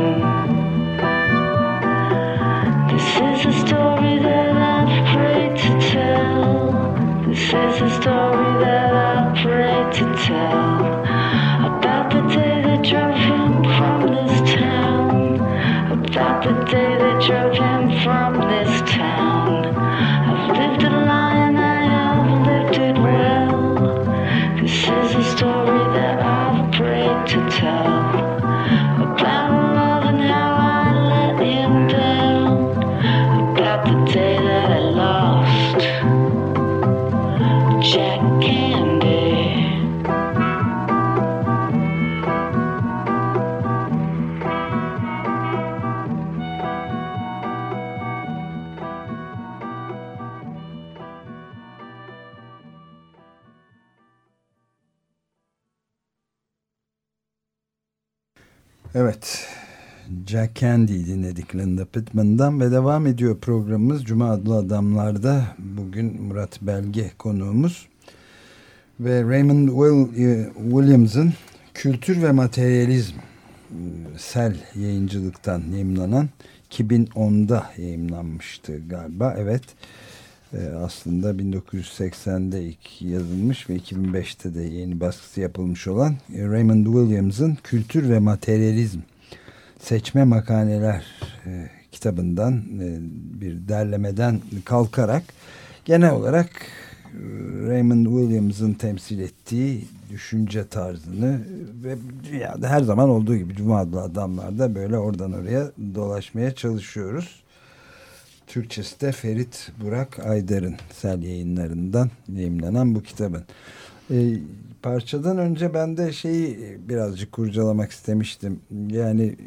This is a story that I've prayed to tell. This is a story that I've prayed to tell, about the day they drove him from this town, about the day they drove him from this town. I've lived a lie and I have lived it well. This is a story that I've prayed to tell, about love and how I let him down, about the day that I lost Jack Candy. Evet, Jack Candy dinledik Linda Pittman'dan ve devam ediyor programımız. Cuma adlı adamlarda bugün Murat Belge konuğumuz ve Raymond Will, Williams'ın Kültür ve Materyalizm Sel Yayıncılık'tan yayımlanan, iki bin onda yayımlanmıştı galiba. Evet. Aslında bin dokuz yüz seksende ilk yazılmış ve iki bin beşte de yeni baskısı yapılmış olan Raymond Williams'ın Kültür ve Materyalizm Seçme Makaleler e, kitabından e, bir derlemeden kalkarak genel olarak e, Raymond Williams'ın temsil ettiği düşünce tarzını ve dünyada her zaman olduğu gibi Cuma adlı adamlarda böyle oradan oraya dolaşmaya çalışıyoruz. Türkçesi de Ferit Burak Aydar'ın Sel Yayınları'ndan yayımlanan bu kitabın. E, parçadan önce ben de şeyi birazcık kurcalamak istemiştim. Yani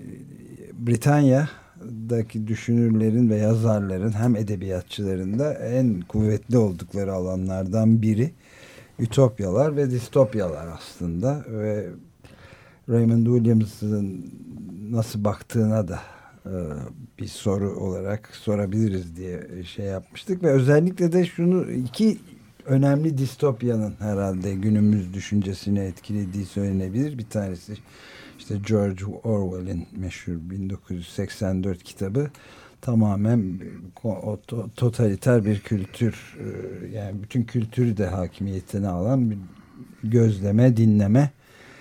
Britanya'daki düşünürlerin ve yazarların hem edebiyatçıların da en kuvvetli oldukları alanlardan biri ütopyalar ve distopyalar aslında. Ve Raymond Williams'ın nasıl baktığına da bir soru olarak sorabiliriz diye şey yapmıştık ve özellikle de şunu, iki önemli distopyanın herhalde günümüz düşüncesini etkilediği söylenebilir. Bir tanesi işte George Orwell'in meşhur bin dokuz yüz seksen dört kitabı, tamamen totaliter bir kültür, yani bütün kültürü de hakimiyetine alan bir gözleme, dinleme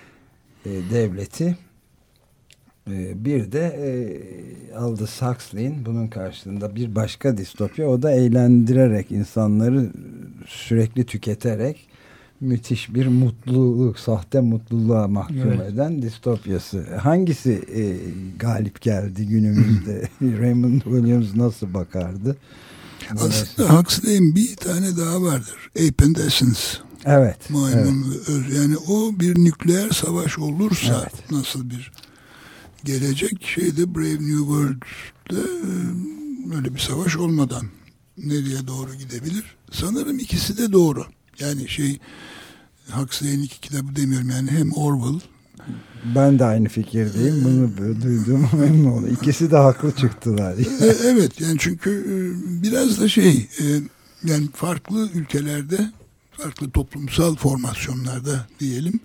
devleti. Bir de e, Aldous Huxley'in bunun karşılığında bir başka distopya, o da eğlendirerek insanları sürekli tüketerek müthiş bir mutluluk, sahte mutluluğa mahkum evet. eden distopyası. Hangisi e, galip geldi günümüzde? Raymond Williams nasıl bakardı? Aslında Huxley'in bir tane daha vardır. Ape and Essence. Evet. Maymun evet. Öz. Yani o bir nükleer savaş olursa evet. nasıl bir gelecek, şeyde Brave New World'de öyle bir savaş olmadan nereye doğru gidebilir? Sanırım ikisi de doğru. Yani şey, Huxley'in iki kitabı demiyorum, yani hem Orwell. Ben de aynı fikirdeyim. Bunu duyduğum memnun oldum. İkisi de haklı çıktılar. Evet, yani çünkü biraz da şey, yani farklı ülkelerde, farklı toplumsal formasyonlarda diyelim,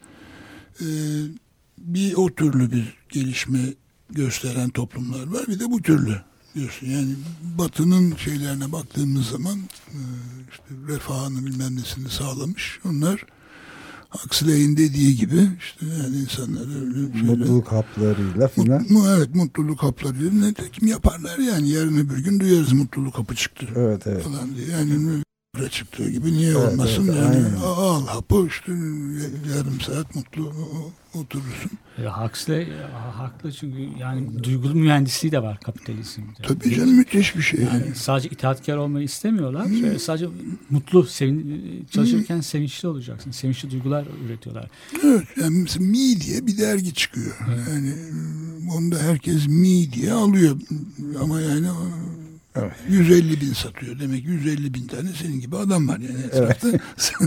bir o türlü bir gelişme gösteren toplumlar var, bir de bu türlü diyorsun. Yani Batı'nın şeylerine baktığımız zaman işte refahını bilmem nesini sağlamış. Onlar Huxley'in dediği gibi işte yani insanlar öyle şeyler, mutluluk haplarıyla filan. Mut, evet, mutluluk haplarıyla nitekim yaparlar yani, yarın öbür gün duyarız mutluluk hapı çıktı. Evet evet. Falan diye. Yani çıktığı gibi niye evet, olmasın evet, yani aynen. Al hapı işte yarım saat mutlu oturursun. E, Huxley haklı çünkü yani duygulu mühendisliği de var kapitalizmde. Tabii canım, müthiş bir şey. Yani sadece itaatkar olmayı istemiyorlar. Hmm. Sadece mutlu, sevin, çalışırken hmm. sevinçli olacaksın. Sevinçli duygular üretiyorlar. Evet, yani mesela Me diye bir dergi çıkıyor. Evet. Yani onda herkes Me diye alıyor ama yani evet. yüz elli bin satıyor. Demek yüz elli bin tane senin gibi adam var yani etrafta. Evet.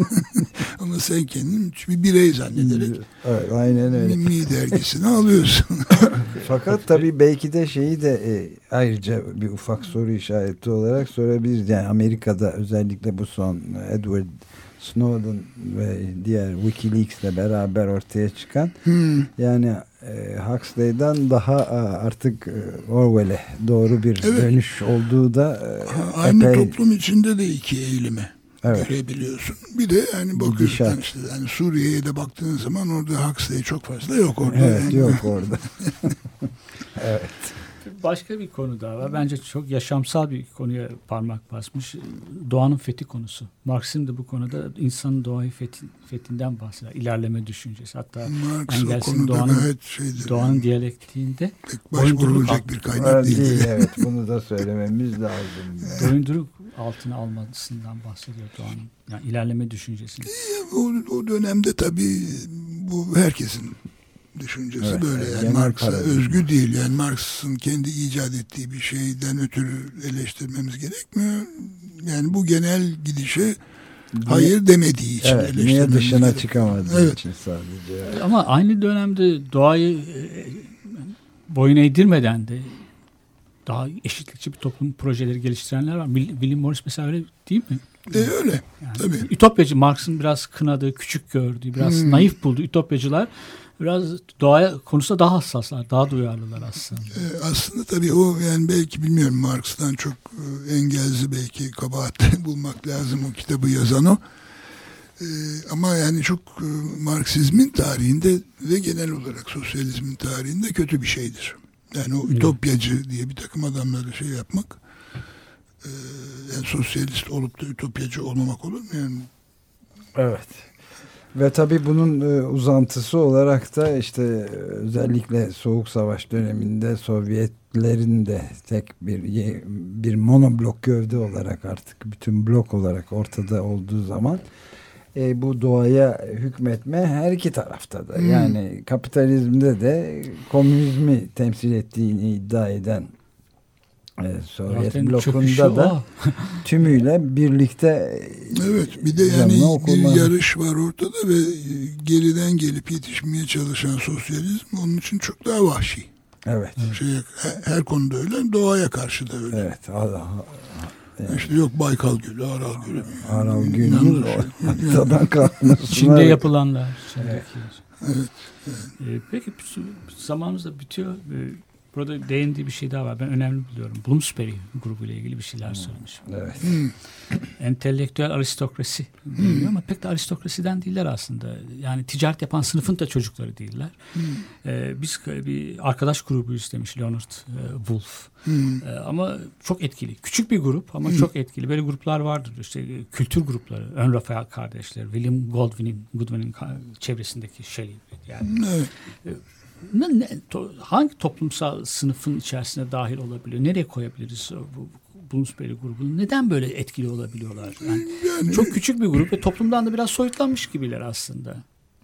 Ama sen kendini bir birey zannederek evet, aynen öyle. Mi dergisini alıyorsun. Fakat tabii belki de şeyi de e, ayrıca bir ufak soru işareti olarak sorabiliriz. Yani Amerika'da özellikle bu son Edward Snowden ve diğer WikiLeaks'le beraber ortaya çıkan hmm. yani e, Huxley'den daha e, artık e, Orwell'e doğru bir evet. dönüş olduğu da e, aynı epey... toplum içinde de iki eğilimi evet. görebiliyorsun. Bir de yani bakıyorsun işte yani Suriye'ye de baktığın zaman orada Huxley çok fazla yok orada. Evet yani. yok orada. Evet. Başka bir konu daha var. Bence çok yaşamsal bir konuya parmak basmış. Doğanın fethi konusu. Marx'ın da bu konuda insanın doğayı fethi, fethinden bahseder. İlerleme düşüncesi. Hatta Engels'in doğanın, doğanın yani. diyalektiğinde başvurulacak bir kaynak değil. değil. Evet, bunu da söylememiz lazım. Yani. Doyunduruk altına almasından bahsediyor doğanın. Yani ilerleme düşüncesini. O, o dönemde tabii bu herkesin düşüncesi evet, böyle yani Marx'a özgü değil. Yani Marx'ın kendi icat ettiği bir şeyden ötürü eleştirmemiz gerekmiyor. Yani bu genel gidişe niye, hayır demediği için evet, niye dışına gerekiyor. Çıkamadığı evet. için sadece. Ama aynı dönemde doğayı e, boyun eğdirmeden de daha eşitlikçi bir toplum projeleri geliştirenler var. William Morris mesela öyle değil mi? E öyle. Yani, tabii. Ütopyacı, Marx'ın biraz kınadığı, küçük gördüğü, biraz hmm. naif bulduğu ütopyacılar biraz doğaya konusunda daha hassaslar, daha duyarlılar aslında. E, aslında tabii o yani belki bilmiyorum Marx'tan çok e, Engels'i belki kabahat bulmak lazım o kitabı yazan o. E, ama yani çok e, Marksizmin tarihinde ve genel olarak sosyalizmin tarihinde kötü bir şeydir. Yani o ütopyacı diye bir takım adamları şey yapmak, e, yani sosyalist olup da ütopyacı olmamak olur mu yani? Evet. Ve tabii bunun e, uzantısı olarak da işte özellikle Soğuk Savaş döneminde Sovyetlerin de tek bir bir monoblok gövde olarak artık bütün blok olarak ortada olduğu zaman e, bu doğaya hükmetme her iki tarafta da. Hmm. Yani kapitalizmde de komünizmi temsil ettiğini iddia eden e, Sovyet zaten blokunda da tümüyle birlikte. Evet, bir de yani bir yarış var ortada ve geriden gelip yetişmeye çalışan sosyalizm onun için çok daha vahşi. Evet. Şey, her konuda öyle, doğaya karşı da öyle. Evet. Yani işte yok Baykal Gölü, Aral Gölü. Aral Gölü'nün ortadan kalkmasına. Çin'de yapılanlar. Evet. Evet. Evet. Peki zamanımız da bitiyor. Burada değindiği bir şey daha var. Ben önemli buluyorum. Bloomsbury grubuyla ilgili bir şeyler söylemiş. Evet. Entelektüel aristokrasi deniyor ama pek de aristokrasiden değiller aslında. Yani ticaret yapan sınıfın da çocukları değiller. Ee, biz bir arkadaş grubuyuz demiş Leonard e, Woolf. Ee, ama çok etkili. Küçük bir grup ama çok etkili. Böyle gruplar vardır. İşte kültür grupları. Ön Rafael kardeşler. William Godwin'in Goodwin'in çevresindeki Shelley. Yani. Evet. E, Ne, ne, to, hangi toplumsal sınıfın içerisine dahil olabiliyor? Nereye koyabiliriz bu Bloomsbury grubunu? Neden böyle etkili olabiliyorlar? Yani yani, çok küçük bir grup ve toplumdan da biraz soyutlanmış gibiler aslında.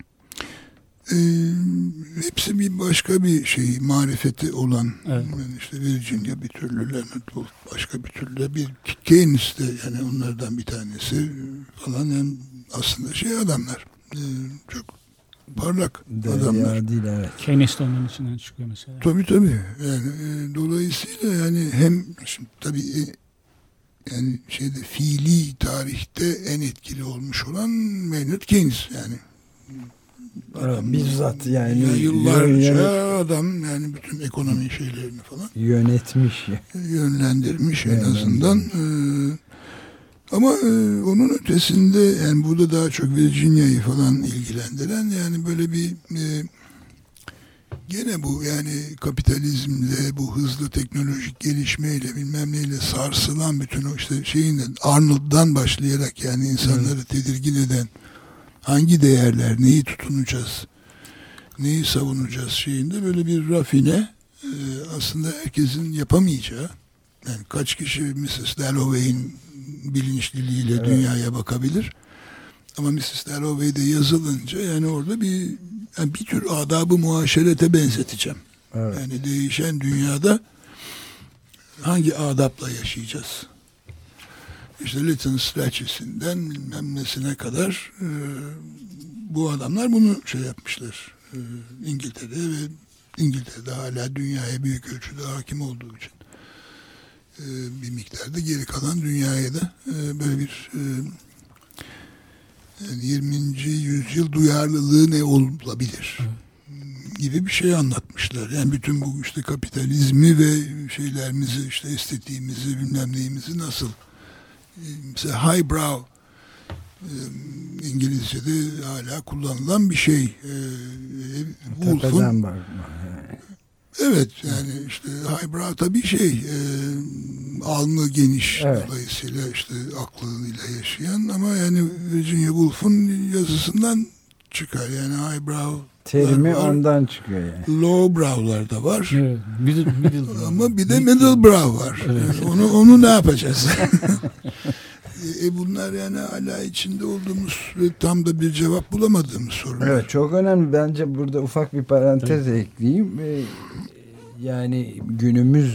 E, hepsi bir başka bir şey, marifeti olan. Evet. Yani işte Virginia bir türlü, Leonard Woolf başka bir türlü, bir Keynes de yani onlardan bir tanesi falan. Yani aslında şey adamlar. E, çok parlak Derya adamlar. Değil, evet. Keynes de onların içinden çıkıyor mesela. Tabii tabii. Yani e, dolayısıyla yani hem şimdi tabii e, yani şeyde fiili tarihte en etkili olmuş olan Maynard Keynes yani. Evet, bizzat yani. Ya yıllarca yönet, adam yani bütün ekonomi şeylerini falan yönetmiş. Yönlendirmiş en azından. E, Ama e, onun ötesinde yani burada daha çok Virginia'yı falan ilgilendiren yani böyle bir e, gene bu yani kapitalizmle bu hızlı teknolojik gelişmeyle bilmem neyle sarsılan bütün o işte şeyin Arnold'dan başlayarak yani insanları hmm. tedirgin eden hangi değerler, neyi tutunacağız, neyi savunacağız şeyinde böyle bir rafine e, aslında herkesin yapamayacağı yani kaç kişi missus Dalloway'in bilinçliliğiyle evet. dünyaya bakabilir. Ama missus Dalloway'de yazılınca yani orada bir yani bir tür adab-ı muaşerete benzeteceğim. Evet. Yani değişen dünyada hangi adapla yaşayacağız? İşte Lytton Strachey'sinden bilmem nesine kadar e, bu adamlar bunu şey yapmışlar. E, İngiltere'de ve İngiltere'de hala dünyaya büyük ölçüde hakim olduğu için bir miktarda geri kalan dünyaya da böyle bir yani yirminci yüzyıl duyarlılığı ne olabilir gibi bir şey anlatmışlar. Yani bütün bu işte kapitalizmi ve şeylerimizi işte estetiğimizi bilmem neyimizi nasıl mesela highbrow İngilizce'de hala kullanılan bir şey. Woolf'un evet yani işte highbrow tabii şey e, alnı geniş evet. dolayısıyla işte aklıyla yaşayan ama yani Virginia Woolf'un yazısından çıkar yani highbrow terimi var, ondan çıkıyor yani. Lowbrow'lar da var. Evet, middle, middle ama bir de middlebrow var. Evet. Yani onu onu ne yapacağız? E bunlar yani hala içinde olduğumuz ve tam da bir cevap bulamadığımız sorular. Evet çok önemli. Bence burada ufak bir parantez evet. ekleyeyim. Yani günümüz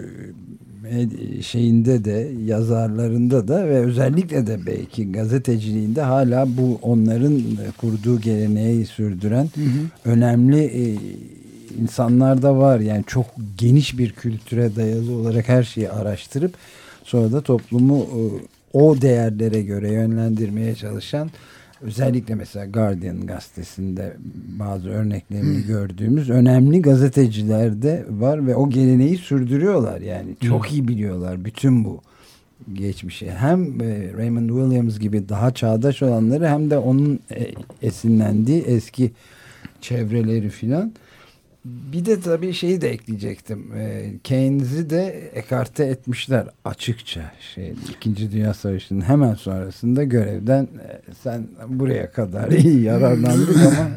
şeyinde de yazarlarında da ve özellikle de belki gazeteciliğinde hala bu onların kurduğu geleneği sürdüren hı hı. önemli insanlar da var. Yani çok geniş bir kültüre dayalı olarak her şeyi araştırıp sonra da toplumu o değerlere göre yönlendirmeye çalışan özellikle mesela Guardian gazetesinde bazı örneklerini hmm. gördüğümüz önemli gazeteciler de var ve o geleneği sürdürüyorlar. Yani çok hmm. iyi biliyorlar bütün bu geçmişi. Hem Raymond Williams gibi daha çağdaş olanları hem de onun esinlendiği eski çevreleri filan. Bir de tabii şeyi de ekleyecektim. Keynes'i de ekarte etmişler açıkça. Şey, İkinci Dünya Savaşı'nın hemen sonrasında görevden sen buraya kadar iyi yararlandık ama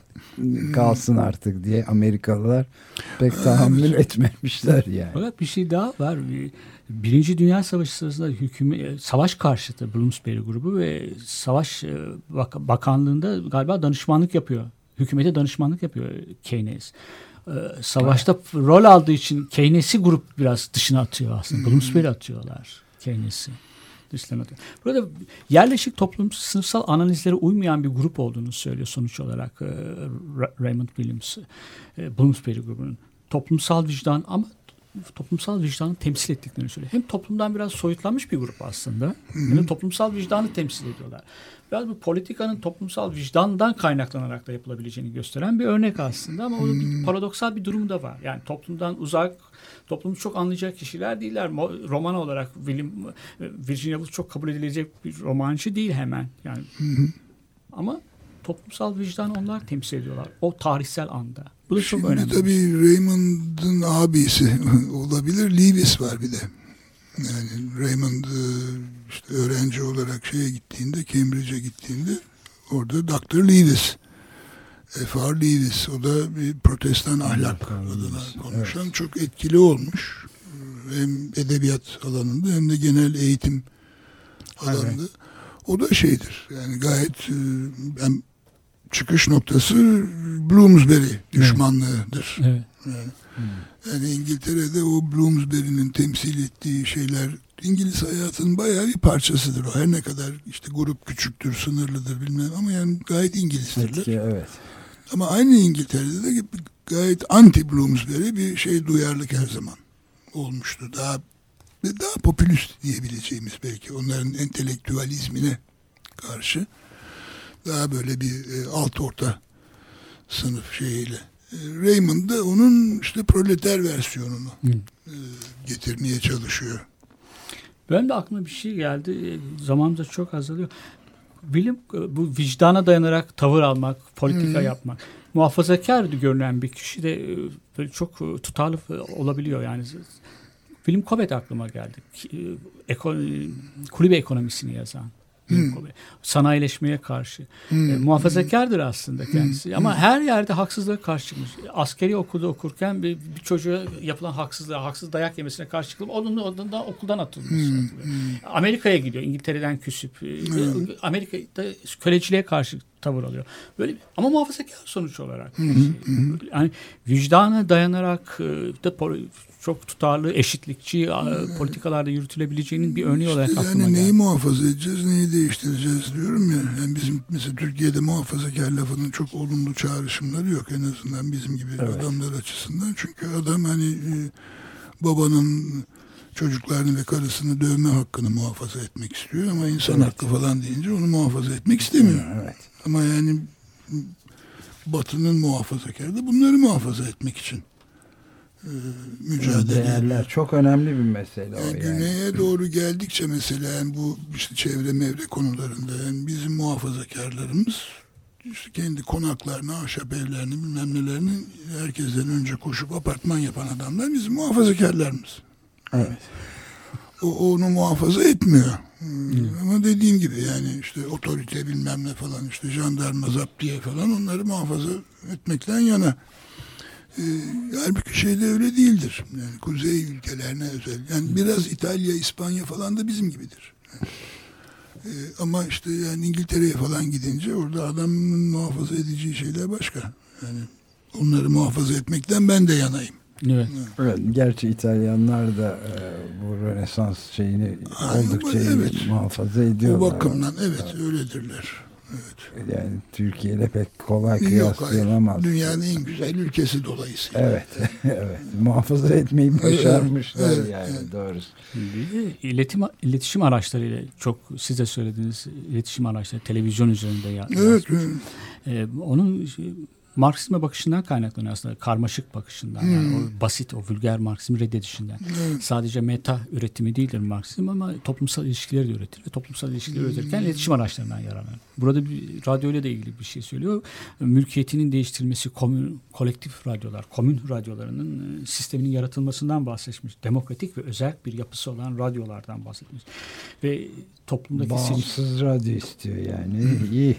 kalsın artık diye Amerikalılar pek tahammül etmemişler yani. Fakat bir şey daha var. Birinci Dünya Savaşı sırasında hükümet, savaş karşıtı Bloomsbury grubu ve Savaş Bakanlığı'nda galiba danışmanlık yapıyor. Hükümete danışmanlık yapıyor Keynes. Ee, savaşta evet. rol aldığı için Keynes'i grup biraz dışına atıyor aslında. Bloomsbury atıyorlar Keynes'i. Dışına atıyor. Burada yerleşik toplum sınıfsal analizlere uymayan bir grup olduğunu söylüyor sonuç olarak e, Raymond Williams. E, Bloomsbury grubunun. Toplumsal vicdan ama toplumsal vicdanı temsil ettiklerini söylüyor. Hem toplumdan biraz soyutlanmış bir grup aslında. Hem de toplumsal vicdanı temsil ediyorlar. Biraz bu politikanın toplumsal vicdandan kaynaklanarak da yapılabileceğini gösteren bir örnek aslında ama orada bir paradoksal bir durum da var. Yani toplumdan uzak, toplumu çok anlayacak kişiler değiller. Roman olarak William, Virginia Woolf çok kabul edilecek bir romancı değil hemen. Yani ama toplumsal vicdanı onlar temsil ediyorlar. O tarihsel anda. Bu da çok Şimdi önemli. Tabii Raymond'ın abisi olabilir. Lewis var bir de. Yani Raymond işte öğrenci olarak şeye gittiğinde, Cambridge'e gittiğinde orada doktor Lewis, F R Lewis, o da bir protestan ahlak adına konuşan evet. çok etkili olmuş. Hem edebiyat alanında hem de genel eğitim alanında. Evet. O da şeydir. Yani gayet yani çıkış noktası Bloomsbury düşmanlığıdır. Evet. Yani, hmm. yani İngiltere'de o Bloomsbury'nin temsil ettiği şeyler İngiliz hayatının bayağı bir parçasıdır o. Her ne kadar işte grup küçüktür, sınırlıdır bilmem ama yani gayet İngilizdirler. Peki, evet. Ama aynı İngiltere'de de gayet anti Bloomsbury bir şey duyarlılık her zaman olmuştu. Daha daha popülist diyebileceğimiz belki onların entelektüalizmine karşı daha böyle bir e, alt orta sınıf şeyiyle. E, Raymond da onun işte proleter versiyonunu e, getirmeye çalışıyor. Ben de aklıma bir şey geldi. E, zamanımız da çok azalıyor. Bilim bu vicdana dayanarak tavır almak, politika hmm. yapmak. Muhafazakar görünen bir kişi de böyle çok tutarlı olabiliyor yani. William Cobbett aklıma geldi. Eko, kulübe ekonomisini yazan. Hmm. Sanayileşmeye karşı. Hmm. E, muhafazakardır aslında kendisi. Hmm. Ama her yerde haksızlığa karşı çıkmış. Askeri okulda okurken bir, bir çocuğa yapılan haksızlığa, haksız dayak yemesine karşı çıkılıp onun ondan okuldan atılmış. Hmm. Amerika'ya gidiyor. İngiltere'den küsüp. Hmm. Amerika'da köleciliğe karşı tavır alıyor. Böyle ama muhafazakar sonuç olarak. Hmm. Hmm. Yani vicdana dayanarak da çok tutarlı, eşitlikçi hmm. politikalarda yürütülebileceğinin bir örneği olarak işte aklıma yani geldi. Neyi muhafaza edeceğiz, neyi değiştireceğiz diyorum ya. Yani bizim mesela Türkiye'de muhafazakar lafının çok olumlu çağrışımları yok. En azından bizim gibi evet. adamlar açısından. Çünkü adam hani e, babanın çocuklarını ve karısını dövme hakkını muhafaza etmek istiyor ama insan evet. hakkı falan deyince onu muhafaza etmek istemiyor. Evet. Ama yani Batı'nın muhafazakarı da bunları muhafaza etmek için e, mücadele. Değerler çok önemli bir mesele o yani. yani. Güneye doğru geldikçe mesela yani bu işte çevre mevre konularında yani bizim muhafazakarlarımız işte kendi konaklarını, ahşap evlerini bilmem nelerini herkesten önce koşup apartman yapan adamlar bizim muhafazakarlarımız. Evet. O onu muhafaza etmiyor. Hmm. Ama dediğim gibi yani işte otorite bilmem ne falan işte jandarma, zaptiye falan onları muhafaza etmekten yana. Ee, halbuki şey de öyle değildir. Yani kuzey ülkelerine özel. Yani biraz İtalya, İspanya falan da bizim gibidir. Yani, e, ama işte yani İngiltere'ye falan gidince orada adamın muhafaza edeceği şeyler başka. Yani onları muhafaza etmekten ben de yanayım. Evet. Evet, gerçi İtalyanlar da e, bu Rönesans şeyini Ay, oldukça evet. muhafaza ediyorlar. O bakımdan evet, evet öyledirler. Evet. Yani Türkiye ile pek kolay Yok, kıyaslanamaz. hayır. Dünyanın en güzel ülkesi dolayısıyla. Evet. Evet. Muhafaza etmeyi başarmışlar Evet, yani evet. doğrusu. Bir de iletim, iletişim araçlarıyla çok siz de söylediğiniz iletişim araçları televizyon üzerinde ya. Evet. evet. Ee, onun şey, Marksizme bakışından kaynaklanıyor aslında. Karmaşık bakışından. Hmm. Yani o basit, o vulgar Marksizmi reddedişinden. Evet. Sadece meta üretimi değildir Marksizm ama toplumsal ilişkileri de üretir. Ve toplumsal ilişkileri Hmm. üretirken iletişim araçlarından yararlanır. Burada bir radyoyla da ilgili bir şey söylüyor. Mülkiyetinin değiştirilmesi, komün, kolektif radyolar, komün radyolarının sisteminin yaratılmasından bahsetmiş. Demokratik ve özel bir yapısı olan radyolardan bahsetmiş. Ve toplumdaki Bağımsız seçici, radyo istiyor yani. İyi.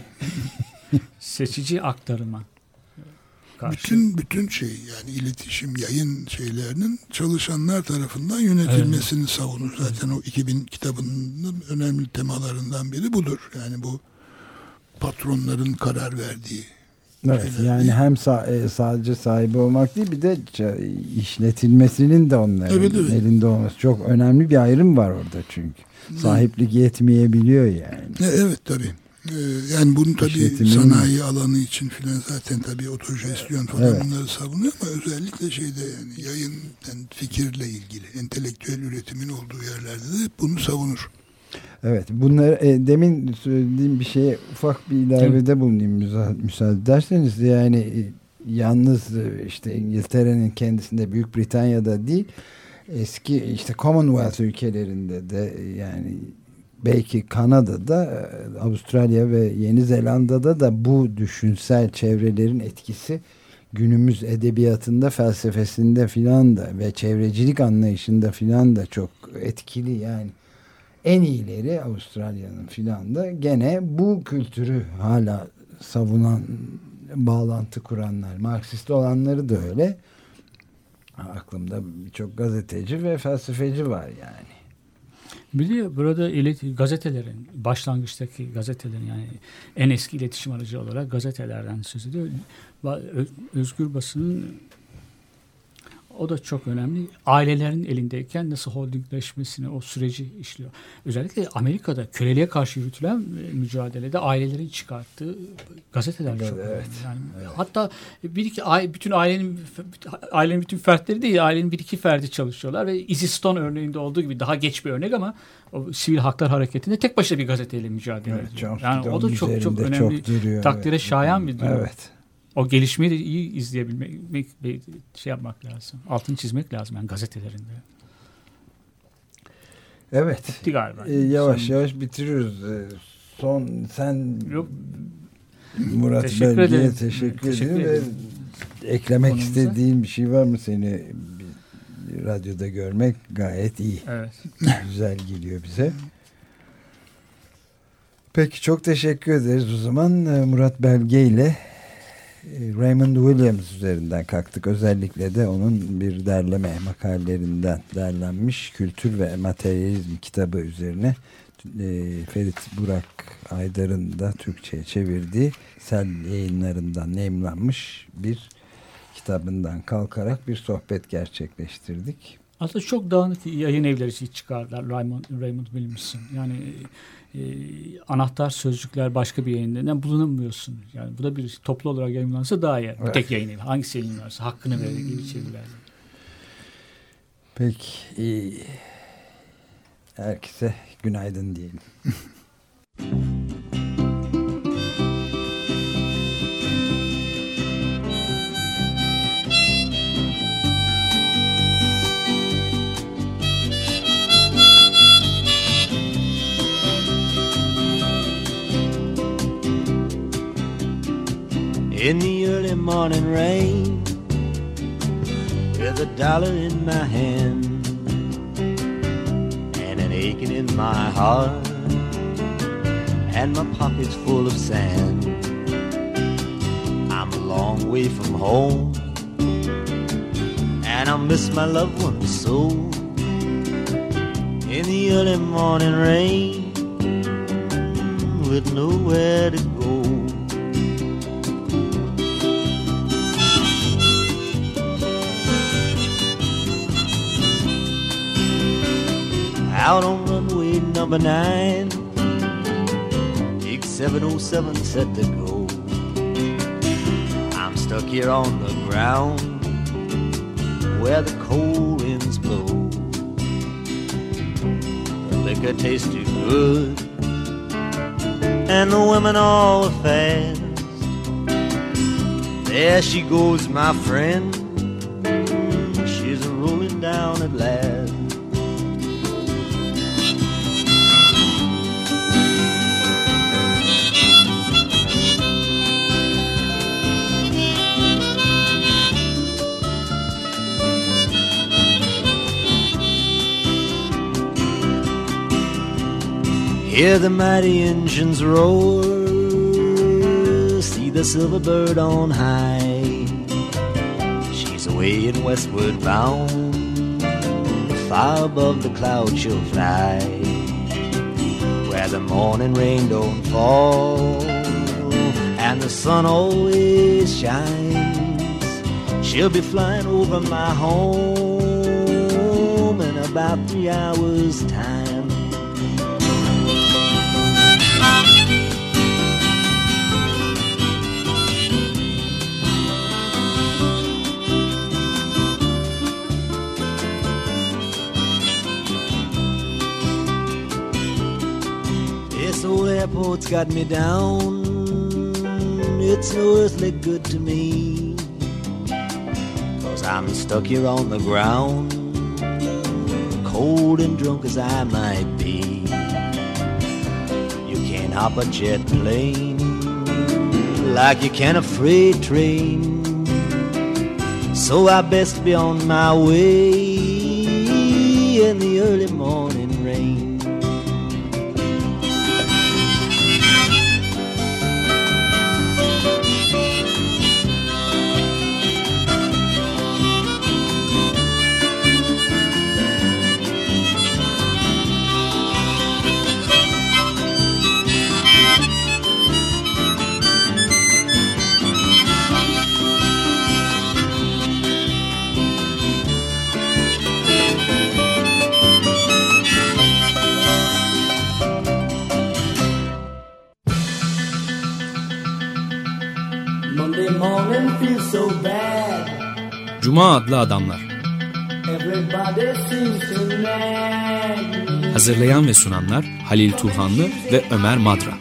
seçici aktarıma karşı. Bütün bütün şey yani iletişim, yayın şeylerinin çalışanlar tarafından yönetilmesini evet. savunur. Zaten o iki bin kitabının önemli temalarından biri budur. Yani bu patronların karar verdiği. Evet, yani değil. Hem sa- sadece sahibi olmak değil, bir de işletilmesinin de onların evet, evet. elinde olması. Çok önemli bir ayrım var orada çünkü. Sahiplik yetmeyebiliyor yani. Evet tabii. Yani bunu tabii sanayi alanı için filan zaten tabii otojestyon falan evet. bunları savunuyor ama özellikle şeyde yani yayın yani fikirle ilgili entelektüel üretimin olduğu yerlerde de bunu savunur. Evet, bunları e, demin söylediğim bir şeye ufak bir ilavede bulunayım müsaade, müsaade ederseniz. Yani e, yalnız işte İngiltere'nin kendisinde, Büyük Britanya'da değil, eski işte Commonwealth ülkelerinde de yani belki Kanada'da, Avustralya ve Yeni Zelanda'da da bu düşünsel çevrelerin etkisi günümüz edebiyatında, felsefesinde filan da ve çevrecilik anlayışında filan da çok etkili yani. En iyileri Avustralya'nın filan da gene bu kültürü hala savunan, bağlantı kuranlar, Marksist olanları da öyle. Aklımda birçok gazeteci ve felsefeci var yani. Biliyor burada ilet- gazetelerin başlangıçtaki gazetelerin yani en eski iletişim aracı olarak gazetelerden söz ediyor. Özgür basının o da çok önemli. Ailelerin elindeyken nasıl holdingleşmesini, o süreci işliyor. Özellikle Amerika'da köleliğe karşı yürütülen mücadelede ailelerin çıkarttığı gazeteler evet, çok önemli. Evet, yani evet. Hatta bir iki bütün ailenin ailenin bütün fertleri değil, ailenin bir iki ferdi çalışıyorlar ve Izzy Stone örneğinde olduğu gibi daha geç bir örnek ama o sivil haklar hareketinde tek başına bir gazeteyle mücadele evet, ediyor. Yani o da çok çok önemli. Çok duruyor, takdire evet. şayan bir durum. Evet. O gelişmeyi de iyi izleyebilmek, şey yapmak lazım. Altını çizmek lazım yani gazetelerinde. Evet. Bitti galiba. Ee, yavaş Son... yavaş bitiriyoruz. Ee, son sen Yok. Murat teşekkür Belge'ye ederim. teşekkür, teşekkür ederim. ederim. Ve eklemek Konumuza. istediğin bir şey var mı seni radyoda görmek gayet iyi. Evet. Güzel geliyor bize. Peki çok teşekkür ederiz o zaman. Murat Belge ile Raymond Williams üzerinden kalktık. Özellikle de onun bir derleme makalelerinden derlenmiş Kültür ve Materyalizm kitabı üzerine Ferit Burak Aydar'ın da Türkçe'ye çevirdiği Sel Yayınlarından yayımlanmış bir kitabından kalkarak bir sohbet gerçekleştirdik. Aslında çok dağınık yayın evleri çıkardılar Raymond, Raymond Williams'ın. Yani e, anahtar sözcükler başka bir yayından bulunamıyorsun. Yani bu da bir toplu olarak yayınlansa daha iyi. Evet. Bir tek yayın evi. Hangisi yayınlarsa hakkını verir gibi çeviriler. Peki. İyi. Herkese günaydın diyelim. In the early morning rain, with a dollar in my hand and an aching in my heart and my pockets full of sand, I'm a long way from home and I miss my loved ones so. In the early morning rain, with nowhere to go. Out on runway number nine, seven oh seven set to go. I'm stuck here on the ground where the cold winds blow. The liquor tastes too good and the women all are fast. There she goes, my friend, she's rolling down at last. Hear the mighty engines roar, see the silver bird on high. She's away and westward bound, far above the clouds she'll fly. Where the morning rain don't fall and the sun always shines. She'll be flying over my home in about three hours' time. This old airport's got me down, it's no earthly good to me, 'cause I'm stuck here on the ground, cold and drunk as I might be. You can't hop a jet plane like you can a freight train, so I best be on my way in the early morning rain. Cuma adlı adamlar. Hazırlayan ve sunanlar Halil Turhanlı ve Ömer Madra.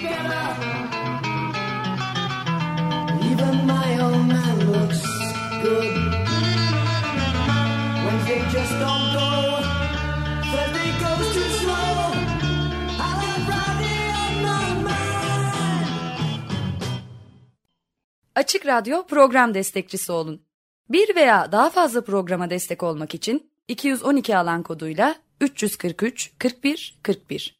Açık Radyo program destekçisi olun. Bir veya daha fazla programa destek olmak için iki yüz on iki alan koduyla üç yüz kırk üç kırk bir kırk bir